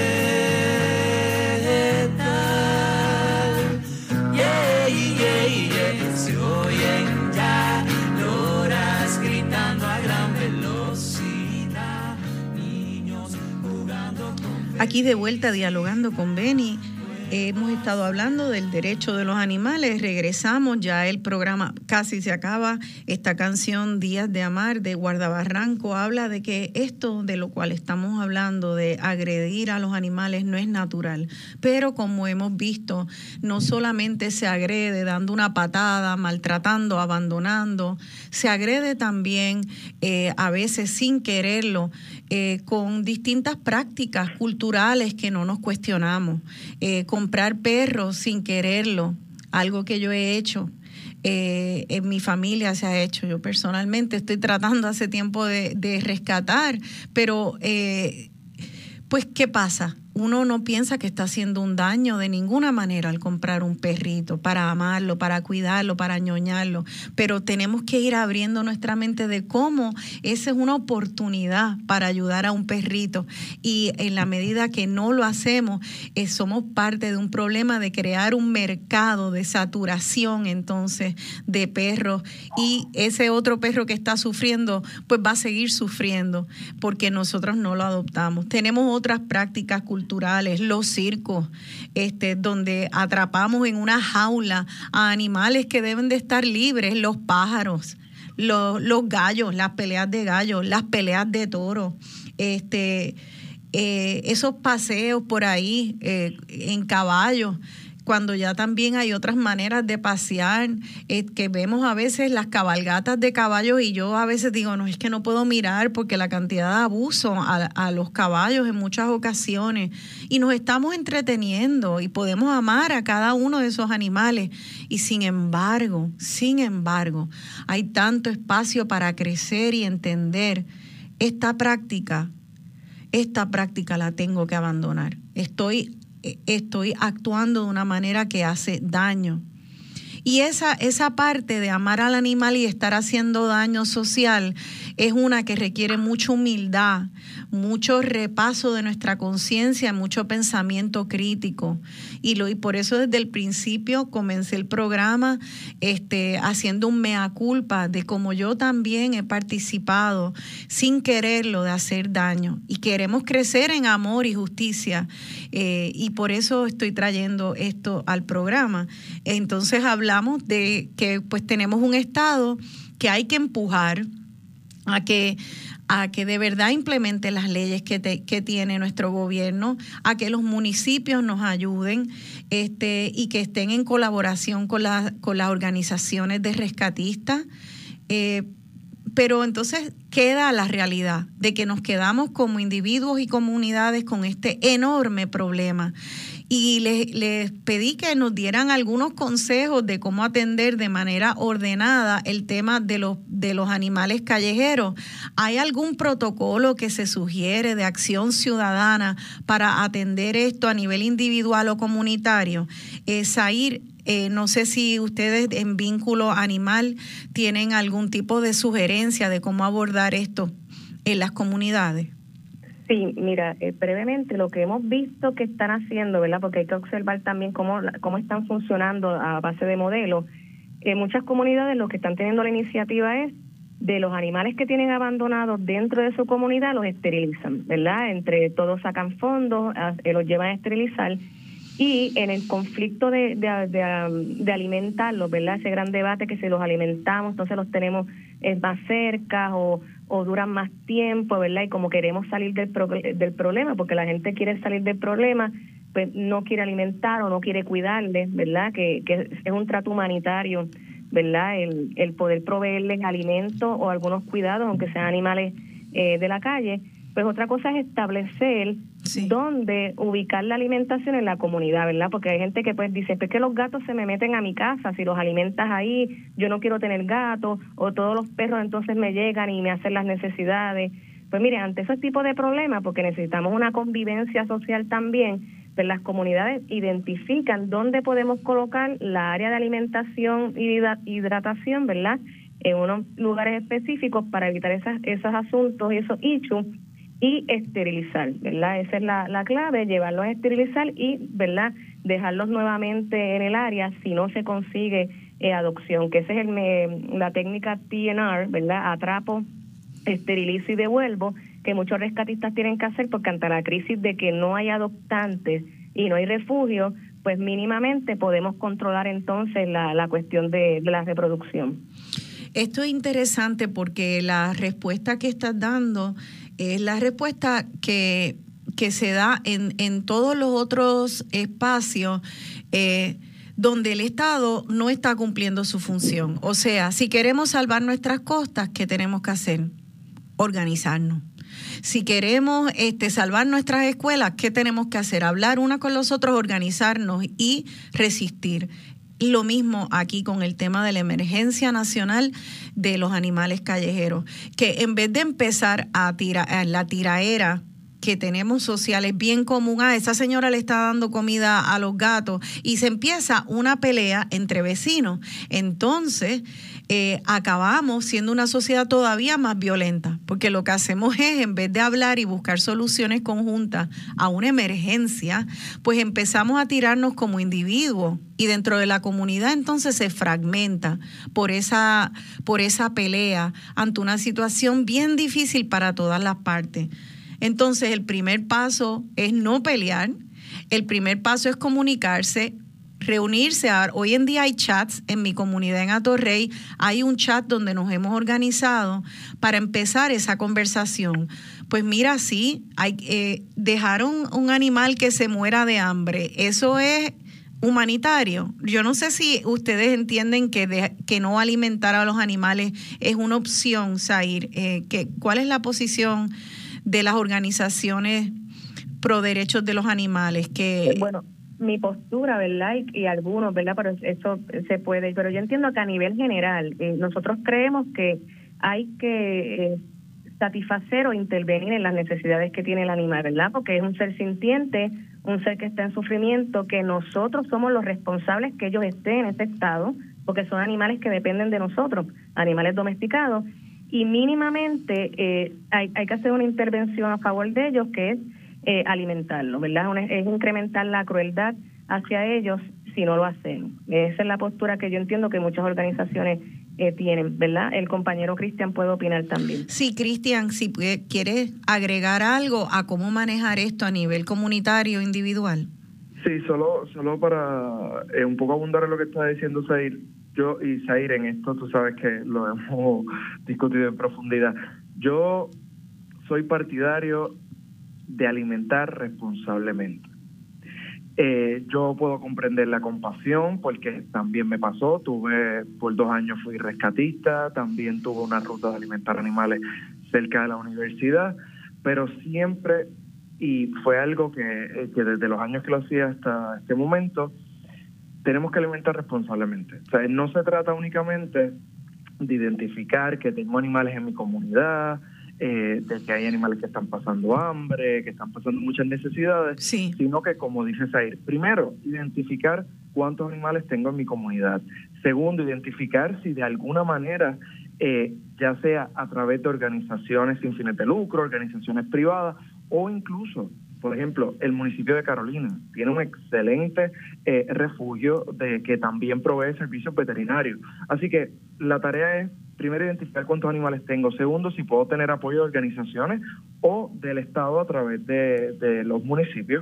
vegetal. Yeah, yeah, yeah. Se oyen ya loras gritando a gran velocidad, niños jugando con... Aquí de vuelta Dialogando con Benny. Hemos estado hablando del derecho de los animales, regresamos, ya el programa casi se acaba. Esta canción Días de Amar de Guardabarranco habla de que esto de lo cual estamos hablando, de agredir a los animales, no es natural. Pero como hemos visto, no solamente se agrede dando una patada, maltratando, abandonando, se agrede también a veces sin quererlo, con distintas prácticas culturales que no nos cuestionamos. Comprar perros sin quererlo, algo que yo he hecho, en mi familia se ha hecho, yo personalmente estoy tratando hace tiempo de rescatar, pero pues ¿qué pasa? Uno no piensa que está haciendo un daño de ninguna manera al comprar un perrito, para amarlo, para cuidarlo, para ñoñarlo, pero tenemos que ir abriendo nuestra mente de cómo esa es una oportunidad para ayudar a un perrito, y en la medida que no lo hacemos, somos parte de un problema de crear un mercado de saturación entonces de perros, y ese otro perro que está sufriendo pues va a seguir sufriendo porque nosotros no lo adoptamos. Tenemos otras prácticas culturales, los circos, donde atrapamos en una jaula a animales que deben de estar libres, los pájaros, los gallos, las peleas de gallos, las peleas de toros, esos paseos por ahí en caballos, cuando ya también hay otras maneras de pasear, que vemos a veces las cabalgatas de caballos, y yo a veces digo, no, es que no puedo mirar porque la cantidad de abuso a los caballos en muchas ocasiones, y nos estamos entreteniendo y podemos amar a cada uno de esos animales, y sin embargo, hay tanto espacio para crecer y entender esta práctica la tengo que abandonar. Estoy actuando de una manera que hace daño. Y esa parte de amar al animal y estar haciendo daño social es una que requiere mucha humildad, mucho repaso de nuestra conciencia, mucho pensamiento crítico. Y por eso desde el principio comencé el programa haciendo un mea culpa de cómo yo también he participado sin quererlo de hacer daño. Y queremos crecer en amor y justicia. Y por eso estoy trayendo esto al programa. Entonces hablamos de que pues tenemos un Estado que hay que empujar a que de verdad implemente las leyes que tiene nuestro gobierno, a que los municipios nos ayuden y que estén en colaboración con las organizaciones de rescatistas. Pero entonces queda la realidad de que nos quedamos como individuos y comunidades con este enorme problema. Y les pedí que nos dieran algunos consejos de cómo atender de manera ordenada el tema de los animales callejeros. ¿Hay algún protocolo que se sugiere de acción ciudadana para atender esto a nivel individual o comunitario? Zair, no sé si ustedes en Vínculo Animal tienen algún tipo de sugerencia de cómo abordar esto en las comunidades. Sí, mira, brevemente lo que hemos visto que están haciendo, ¿verdad? Porque hay que observar también cómo están funcionando a base de modelos. Muchas comunidades lo que están teniendo la iniciativa es de los animales que tienen abandonados dentro de su comunidad, los esterilizan, ¿verdad? Entre todos sacan fondos, los llevan a esterilizar. Y en el conflicto de alimentarlos, ¿verdad? Ese gran debate que si los alimentamos, entonces los tenemos más cerca o duran más tiempo, ¿verdad? Y como queremos salir del problema, porque la gente quiere salir del problema, pues no quiere alimentar o no quiere cuidarles, ¿verdad? Que es un trato humanitario, ¿verdad? El poder proveerles alimento o algunos cuidados, aunque sean animales de la calle. Pues otra cosa es establecer dónde ubicar la alimentación en la comunidad, ¿verdad? Porque hay gente que pues dice, pues que los gatos se me meten a mi casa, si los alimentas ahí, yo no quiero tener gatos, o todos los perros entonces me llegan y me hacen las necesidades. Pues mire, ante ese tipo de problemas, porque necesitamos una convivencia social también, pues las comunidades identifican dónde podemos colocar la área de alimentación y hidratación, ¿verdad? En unos lugares específicos para evitar esos asuntos y esos issues, y esterilizar, ¿verdad? Esa es la clave, llevarlos a esterilizar y, ¿verdad?, dejarlos nuevamente en el área si no se consigue adopción, que esa es la técnica TNR, ¿verdad? Atrapo, esterilizo y devuelvo, que muchos rescatistas tienen que hacer porque ante la crisis de que no hay adoptantes y no hay refugio, pues mínimamente podemos controlar entonces la cuestión de la reproducción. Esto es interesante porque la respuesta que estás dando es la respuesta que se da en todos los otros espacios donde el Estado no está cumpliendo su función. O sea, si queremos salvar nuestras costas, ¿qué tenemos que hacer? Organizarnos. Si queremos salvar nuestras escuelas, ¿qué tenemos que hacer? Hablar una con los otros, organizarnos y resistir. Lo mismo aquí con el tema de la emergencia nacional de los animales callejeros, que en vez de empezar a la tiraera que tenemos sociales bien común, esa señora le está dando comida a los gatos, y se empieza una pelea entre vecinos. Entonces acabamos siendo una sociedad todavía más violenta, porque lo que hacemos es, en vez de hablar y buscar soluciones conjuntas a una emergencia, pues empezamos a tirarnos como individuos, y dentro de la comunidad entonces se fragmenta por esa pelea ante una situación bien difícil para todas las partes. Entonces, el primer paso es no pelear, el primer paso es comunicarse, reunirse. Hoy en día hay chats en mi comunidad en Atorrey, hay un chat donde nos hemos organizado para empezar esa conversación. Pues mira, sí, dejar un animal que se muera de hambre, eso es humanitario. Yo no sé si ustedes entienden que no alimentar a los animales es una opción, Zair. ¿Cuál es la posición de las organizaciones pro derechos de los animales? Bueno, mi postura, ¿verdad? Y algunos, ¿verdad? Pero eso se puede. Pero yo entiendo que a nivel general, nosotros creemos que hay que satisfacer o intervenir en las necesidades que tiene el animal, ¿verdad? Porque es un ser sintiente, un ser que está en sufrimiento, que nosotros somos los responsables que ellos estén en ese estado, porque son animales que dependen de nosotros, animales domesticados. Y mínimamente hay que hacer una intervención a favor de ellos, que es alimentarlos, ¿verdad? Es incrementar la crueldad hacia ellos si no lo hacen. Esa es la postura que yo entiendo que muchas organizaciones tienen, ¿verdad? El compañero Cristian puede opinar también. Sí, Cristian, si quieres agregar algo a cómo manejar esto a nivel comunitario, individual. Sí, solo para un poco abundar en lo que está diciendo Zair. Yo y Zair, en esto tú sabes que lo hemos discutido en profundidad. Yo soy partidario de alimentar responsablemente. Yo puedo comprender la compasión porque también me pasó. Por 2 años fui rescatista, también tuve una ruta de alimentar animales cerca de la universidad, pero siempre, y fue algo que desde los años que lo hacía hasta este momento, tenemos que alimentar responsablemente. O sea, no se trata únicamente de identificar que tengo animales en mi comunidad, de que hay animales que están pasando hambre, que están pasando muchas necesidades, sí, sino que, como dice Zair, primero, identificar cuántos animales tengo en mi comunidad. Segundo, identificar si de alguna manera, ya sea a través de organizaciones sin fines de lucro, organizaciones privadas, o incluso, por ejemplo, el municipio de Carolina tiene un excelente refugio que también provee servicios veterinarios. Así que la tarea es, primero, identificar cuántos animales tengo. Segundo, si puedo tener apoyo de organizaciones o del Estado a través de los municipios.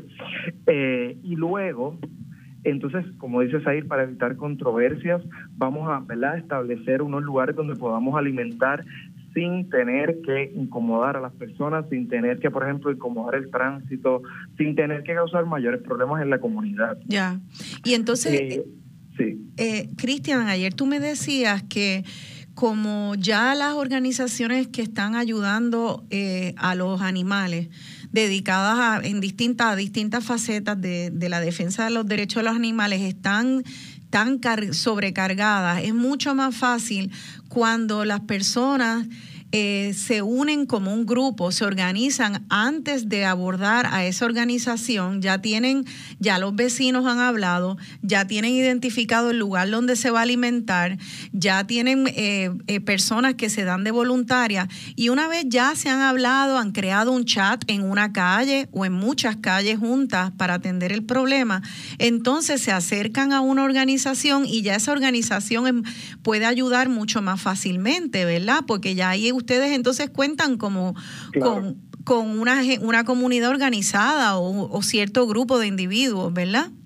Y luego, entonces, como dice Zair, para evitar controversias, vamos a, ¿verdad?, establecer unos lugares donde podamos alimentar sin tener que incomodar a las personas, sin tener que, por ejemplo, incomodar el tránsito, sin tener que causar mayores problemas en la comunidad. Ya. Y entonces, sí. Cristian, ayer tú me decías que como ya las organizaciones que están ayudando a los animales, dedicadas a distintas facetas de la defensa de los derechos de los animales, están tan sobrecargadas, es mucho más fácil cuando las personas se unen como un grupo, se organizan antes de abordar a esa organización, ya los vecinos han hablado, ya tienen identificado el lugar donde se va a alimentar, ya tienen personas que se dan de voluntarias, y una vez ya se han hablado, han creado un chat en una calle o en muchas calles juntas para atender el problema, entonces se acercan a una organización y ya esa organización puede ayudar mucho más fácilmente, ¿verdad? Porque ya ahí ustedes entonces cuentan como claro, con una comunidad organizada o cierto grupo de individuos, ¿verdad?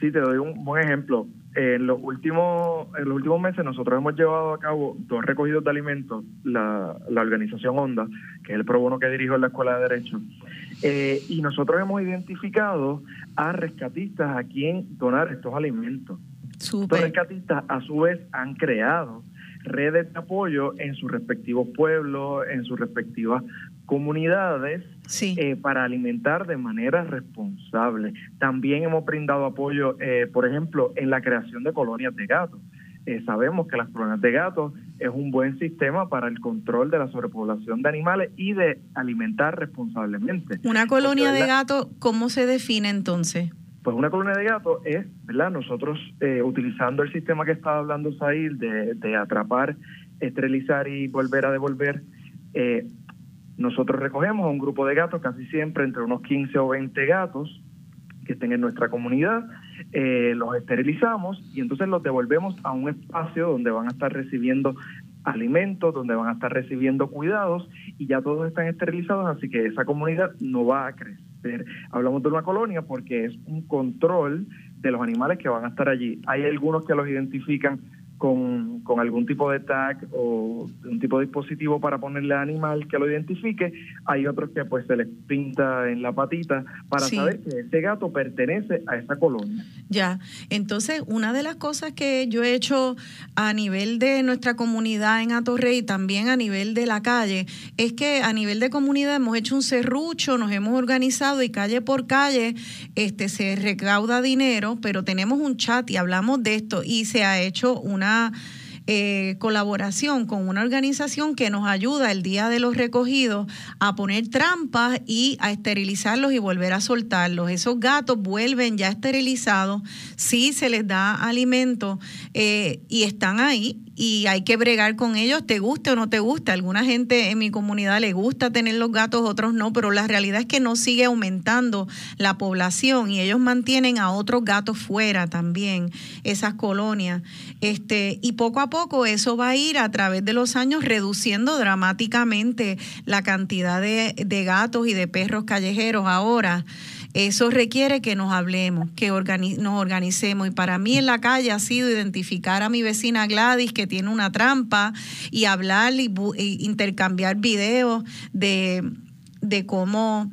Sí, te doy un buen ejemplo. En los últimos meses nosotros hemos llevado a cabo 2 recogidos de alimentos, la organización ONDA, que es el pro bono que dirijo en la Escuela de Derecho, y nosotros hemos identificado a rescatistas a quien donar estos alimentos. Súper. Estos rescatistas a su vez han creado redes de apoyo en sus respectivos pueblos, en sus respectivas comunidades, Sí. Para alimentar de manera responsable. También hemos brindado apoyo, por ejemplo, en la creación de colonias de gatos. Sabemos que las colonias de gatos es un buen sistema para el control de la sobrepoblación de animales y de alimentar responsablemente. Una colonia Porque, de gatos, ¿cómo se define entonces? Pues una colonia de gatos es, ¿verdad? Nosotros utilizando el sistema que estaba hablando Saíl de atrapar, esterilizar y volver a devolver, nosotros recogemos a un grupo de gatos, casi siempre entre unos 15 o 20 gatos que estén en nuestra comunidad, los esterilizamos y entonces los devolvemos a un espacio donde van a estar recibiendo alimentos, donde van a estar recibiendo cuidados y ya todos están esterilizados, así que esa comunidad no va a crecer. Hablamos de una colonia porque es un control de los animales que van a estar allí. Hay algunos que los identifican con algún tipo de tag o un tipo de dispositivo para ponerle al animal que lo identifique. Hay otros que pues se les pinta en la patita para Sí. saber que ese gato pertenece a esa colonia. Ya, entonces una de las cosas que yo he hecho a nivel de nuestra comunidad en Atorrey y también a nivel de la calle, es que a nivel de comunidad hemos hecho un serrucho, nos hemos organizado y calle por calle se recauda dinero, pero tenemos un chat y hablamos de esto y se ha hecho una colaboración con una organización que nos ayuda el día de los recogidos a poner trampas y a esterilizarlos y volver a soltarlos. Esos gatos vuelven ya esterilizados, sí se les da alimento y están ahí y hay que bregar con ellos, te guste o no te guste. Alguna gente en mi comunidad le gusta tener los gatos, otros no, pero la realidad es que no sigue aumentando la población y ellos mantienen a otros gatos fuera también, esas colonias. Y poco a poco eso va a ir a través de los años reduciendo dramáticamente la cantidad de gatos y de perros callejeros. Ahora, eso requiere que nos hablemos, que nos organicemos. Y para mí en la calle ha sido identificar a mi vecina Gladys, que tiene una trampa, y hablar y intercambiar videos de cómo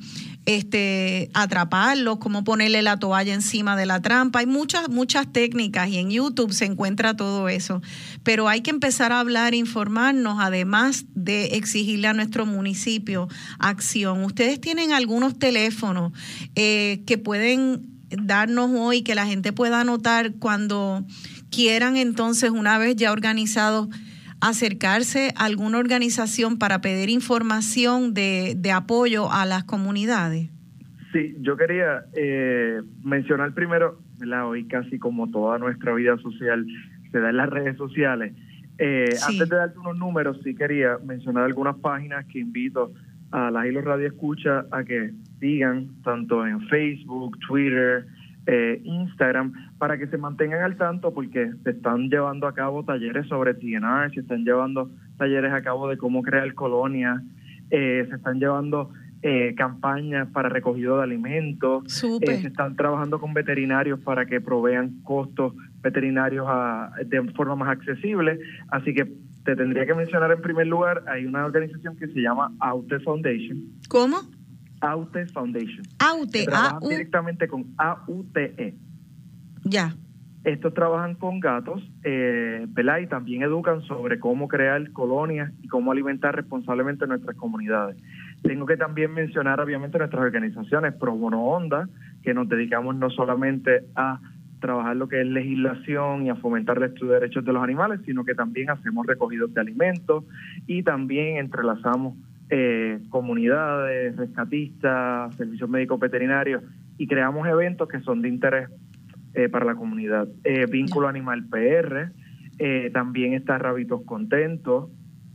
atraparlos, cómo ponerle la toalla encima de la trampa. Hay muchas técnicas y en YouTube se encuentra todo eso. Pero hay que empezar a hablar, informarnos, además de exigirle a nuestro municipio acción. Ustedes tienen algunos teléfonos que pueden darnos hoy, que la gente pueda anotar cuando quieran, entonces, una vez ya organizados, acercarse a alguna organización para pedir información de apoyo a las comunidades. Sí, yo quería mencionar primero, ¿verdad? Hoy casi como toda nuestra vida social se da en las redes sociales. Sí. Antes de darte unos números, sí quería mencionar algunas páginas que invito a las y los radioescuchas a que sigan, tanto en Facebook, Twitter, Instagram, para que se mantengan al tanto, porque se están llevando a cabo talleres sobre TNR, se están llevando talleres a cabo de cómo crear colonias, se están llevando campañas para recogido de alimentos, se están trabajando con veterinarios para que provean costos veterinarios de forma más accesible. Así que te tendría que mencionar en primer lugar, hay una organización que se llama AUTE Foundation. ¿Cómo? AUTE Foundation. AUTE, trabajan directamente con AUTE. Ya. Estos trabajan con gatos, ¿verdad? Y también educan sobre cómo crear colonias y cómo alimentar responsablemente nuestras comunidades. Tengo que también mencionar, obviamente, nuestras organizaciones Pro Bono Onda, que nos dedicamos no solamente a trabajar lo que es legislación y a fomentar el estudio de derechos de los animales, sino que también hacemos recogidos de alimentos y también entrelazamos comunidades, rescatistas, servicios médicos veterinarios y creamos eventos que son de interés para la comunidad. Vínculo Animal PR, también está Rabitos Contentos,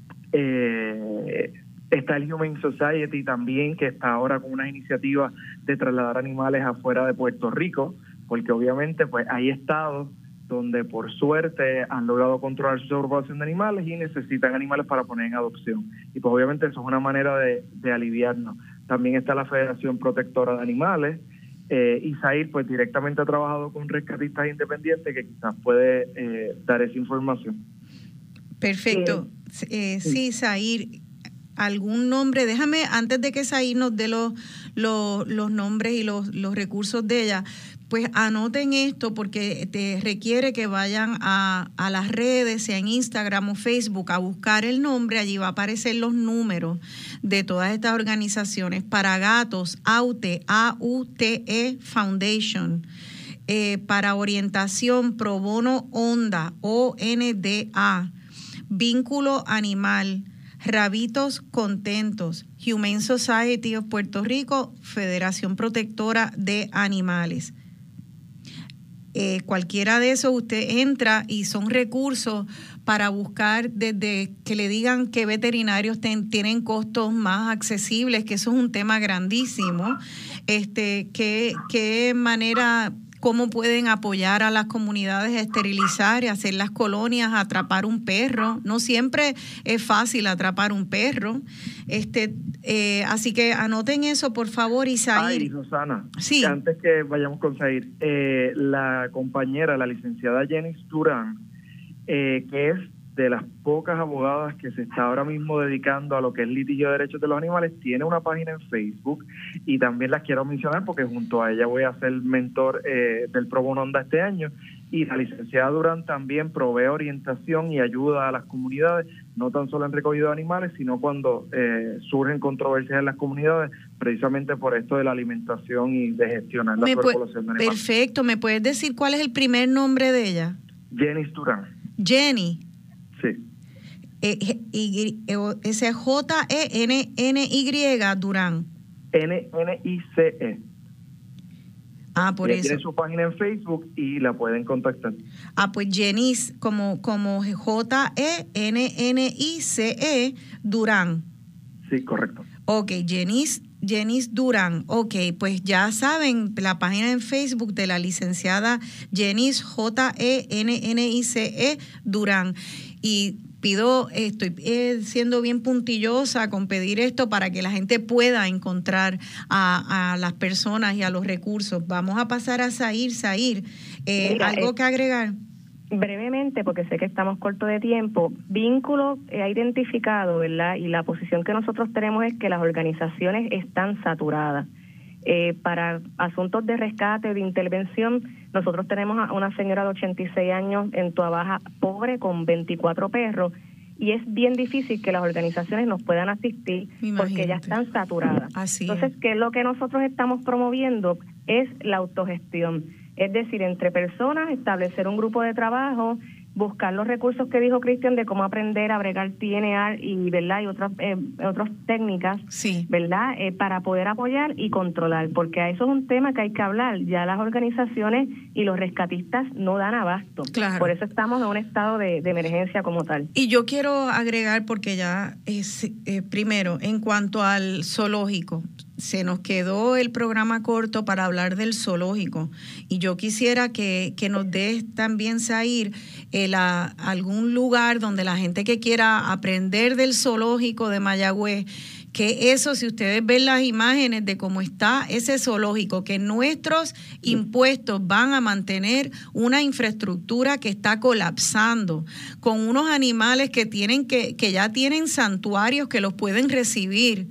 está el Humane Society también, que está ahora con unas iniciativas de trasladar animales afuera de Puerto Rico, porque obviamente pues hay estados donde por suerte han logrado controlar su sobrepoblación de animales y necesitan animales para poner en adopción. Y pues obviamente eso es una manera de aliviarnos. También está la Federación Protectora de Animales, Isaír pues directamente ha trabajado con rescatistas independientes que quizás puede dar esa información. Perfecto. Sí, Isaír, algún nombre, déjame, antes de que Isaír nos dé los nombres y los recursos de ella, pues anoten esto porque te requiere que vayan a las redes, sea en Instagram o Facebook, a buscar el nombre. Allí va a aparecer los números de todas estas organizaciones. Para Gatos, AUTE, AUTE Foundation. Para Orientación, Pro Bono ONDA, ONDA. Vínculo Animal, Rabitos Contentos, Humane Society of Puerto Rico, Federación Protectora de Animales. Cualquiera de esos usted entra y son recursos para buscar desde que le digan qué veterinarios tienen costos más accesibles, que eso es un tema grandísimo, qué manera, cómo pueden apoyar a las comunidades a esterilizar y hacer las colonias, a atrapar un perro. No siempre es fácil atrapar un perro. Así que anoten eso, por favor, Isaír. Ay, Rosana, sí. Antes que vayamos con Isaír, la compañera, la licenciada Jenny Durán, que es de las pocas abogadas que se está ahora mismo dedicando a lo que es litigio de derechos de los animales, tiene una página en Facebook y también las quiero mencionar porque junto a ella voy a ser mentor del Pro Bono ONDA este año, y la licenciada Durán también provee orientación y ayuda a las comunidades, no tan solo en recogido de animales, sino cuando surgen controversias en las comunidades, precisamente por esto de la alimentación y de gestionar la sobrepoblación de animales. Perfecto, ¿me puedes decir cuál es el primer nombre de ella? Jenny Durán. Jenny. Sí. Ese Jenny Durán. NNICE. Por eso. Tiene su página en Facebook y la pueden contactar. Pues Jenny, como JENNICE Durán. Sí, correcto. Ok, Jenny Durán. Ok, pues ya saben, la página en Facebook de la licenciada Jenny JENNICE Durán. Y estoy siendo bien puntillosa con pedir esto para que la gente pueda encontrar a las personas y a los recursos. Vamos a pasar a Isaír. ¿Algo que agregar? Brevemente, porque sé que estamos cortos de tiempo, Vínculo ha identificado, ¿verdad? Y la posición que nosotros tenemos es que las organizaciones están saturadas. Para asuntos de rescate o de intervención, nosotros tenemos a una señora de 86 años en Tuabaja, pobre, con 24 perros, y es bien difícil que las organizaciones nos puedan asistir. Imagínate. Porque ya están saturadas. Entonces, ¿qué es lo que nosotros estamos promoviendo? Es la autogestión. Es decir, entre personas, establecer un grupo de trabajo, buscar los recursos que dijo Cristian de cómo aprender a bregar TNR y, ¿verdad? Y otras técnicas, sí, ¿verdad? Para poder apoyar y controlar, porque eso es un tema que hay que hablar. Ya las organizaciones y los rescatistas no dan abasto. Claro. Por eso estamos en un estado de emergencia como tal. Y yo quiero agregar, porque ya primero, en cuanto al zoológico, se nos quedó el programa corto para hablar del zoológico y yo quisiera que nos des también, Isaír, algún lugar donde la gente que quiera aprender del zoológico de Mayagüez, que eso, si ustedes ven las imágenes de cómo está ese zoológico, que nuestros impuestos van a mantener una infraestructura que está colapsando, con unos animales que ya tienen santuarios que los pueden recibir.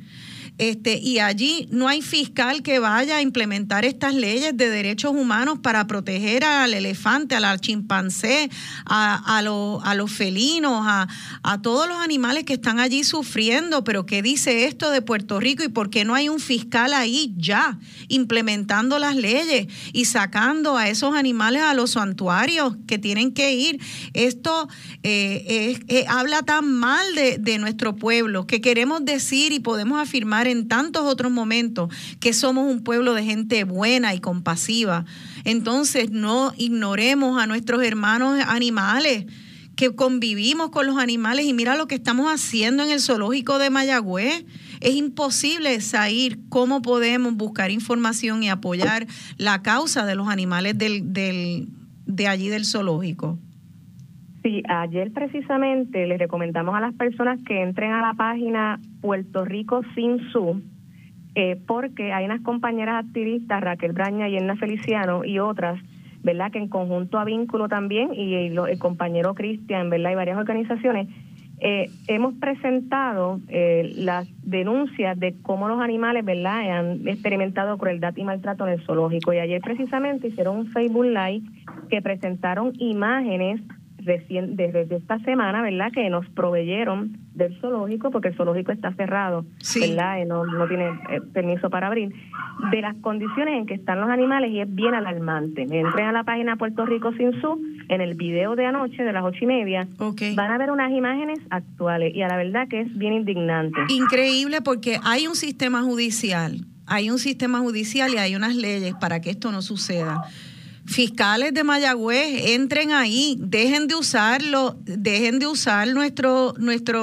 Y allí no hay fiscal que vaya a implementar estas leyes de derechos humanos para proteger al elefante, a la chimpancé, a los felinos, a todos los animales que están allí sufriendo. Pero ¿qué dice esto de Puerto Rico y por qué no hay un fiscal ahí ya implementando las leyes y sacando a esos animales a los santuarios que tienen que ir? Esto habla tan mal de nuestro pueblo, que queremos decir y podemos afirmar en tantos otros momentos que somos un pueblo de gente buena y compasiva. Entonces no ignoremos a nuestros hermanos animales, que convivimos con los animales, y mira lo que estamos haciendo en el zoológico de Mayagüez. Es imposible saber cómo podemos buscar información y apoyar la causa de los animales de allí del zoológico. Sí, ayer precisamente les recomendamos a las personas que entren a la página Puerto Rico Sin Zoo porque hay unas compañeras activistas, Raquel Braña y Elna Feliciano y otras, ¿verdad?, que en conjunto a Vínculo también y el compañero Cristian, ¿verdad?, y varias organizaciones, hemos presentado las denuncias de cómo los animales, ¿verdad?, han experimentado crueldad y maltrato en el zoológico. Y ayer precisamente hicieron un Facebook Live que presentaron imágenes desde esta semana, ¿verdad?, que nos proveyeron del zoológico, porque el zoológico está cerrado, sí, ¿verdad?, no tiene permiso para abrir, de las condiciones en que están los animales, y es bien alarmante. Entren a la página Puerto Rico Sin Zoo, en el video de anoche de las 8:30, van a ver unas imágenes actuales, y a la verdad que es bien indignante. Increíble, porque hay un sistema judicial y hay unas leyes para que esto no suceda. Fiscales de Mayagüez, entren ahí, dejen de usar nuestro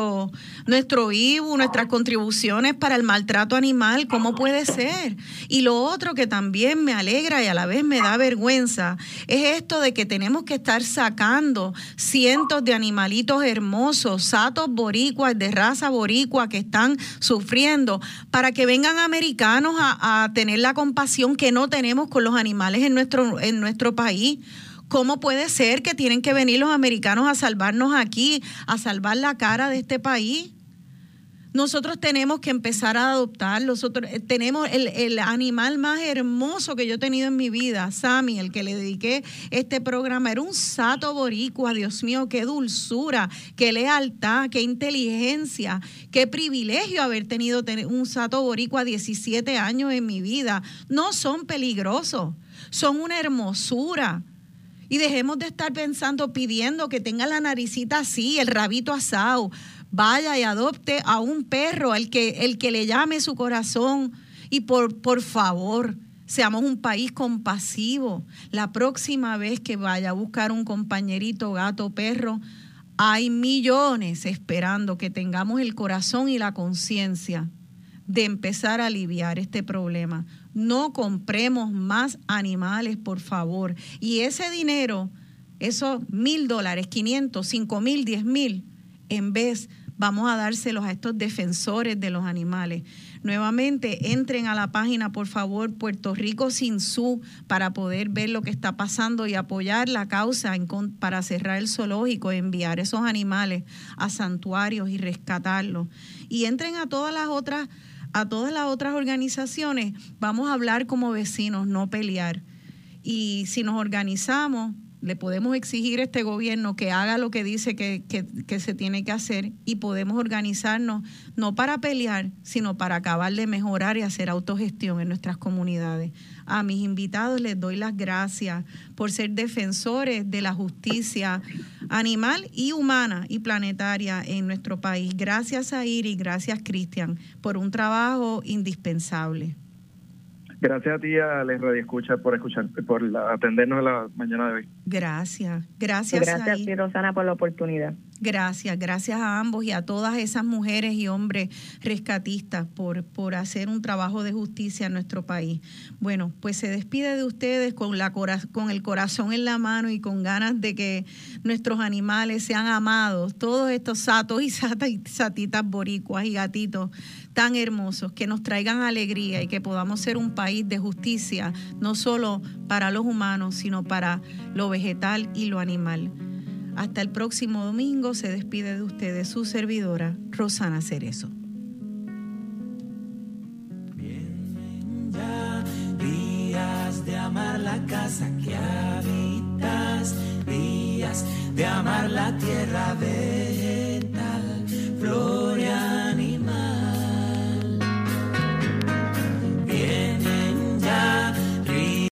IBU, nuestras contribuciones para el maltrato animal. ¿Cómo puede ser? Y lo otro que también me alegra y a la vez me da vergüenza es esto de que tenemos que estar sacando cientos de animalitos hermosos, satos boricuas de raza boricua que están sufriendo, para que vengan americanos a tener la compasión que no tenemos con los animales en nuestro país. ¿Cómo puede ser que tienen que venir los americanos a salvarnos aquí, a salvar la cara de este país? Nosotros tenemos que empezar a adoptar. Nosotros tenemos el animal más hermoso que yo he tenido en mi vida, Sammy, el que le dediqué este programa, era un sato boricua. Dios mío, qué dulzura, qué lealtad, qué inteligencia, qué privilegio haber tenido un sato boricua 17 años en mi vida. No son peligrosos, son una hermosura. Y dejemos de estar pidiendo que tenga la naricita así, el rabito asado. Vaya y adopte a un perro, el que le llame su corazón. Y por favor, seamos un país compasivo. La próxima vez que vaya a buscar un compañerito gato o perro, hay millones esperando que tengamos el corazón y la conciencia de empezar a aliviar este problema. No compremos más animales, por favor. Y ese dinero, esos $1,000, 500, 5,000, 10,000, en vez vamos a dárselos a estos defensores de los animales. Nuevamente, entren a la página, por favor, Puerto Rico Sin Zoo, para poder ver lo que está pasando y apoyar la causa para cerrar el zoológico, enviar esos animales a santuarios y rescatarlos. Y entren a todas las otras organizaciones. Vamos a hablar como vecinos, no pelear. Y si nos organizamos, le podemos exigir a este gobierno que haga lo que dice que se tiene que hacer, y podemos organizarnos no para pelear, sino para acabar de mejorar y hacer autogestión en nuestras comunidades. A mis invitados les doy las gracias por ser defensores de la justicia animal y humana y planetaria en nuestro país. Gracias a Iris, gracias Cristian, por un trabajo indispensable. Gracias a ti, a les radioescuchas, por atendernos en la mañana de hoy. Gracias a ti, Rosana, por la oportunidad. Gracias a ambos y a todas esas mujeres y hombres rescatistas por hacer un trabajo de justicia en nuestro país. Bueno, pues se despide de ustedes con el corazón en la mano y con ganas de que nuestros animales sean amados, todos estos satos y satitas boricuas y gatitos tan hermosos, que nos traigan alegría y que podamos ser un país de justicia, no solo para los humanos, sino para lo vegetal y lo animal. Hasta el próximo domingo. Se despide de ustedes su servidora, Rosana Cerezo. Vienen ya días de amar la casa que habitas, días de amar la tierra de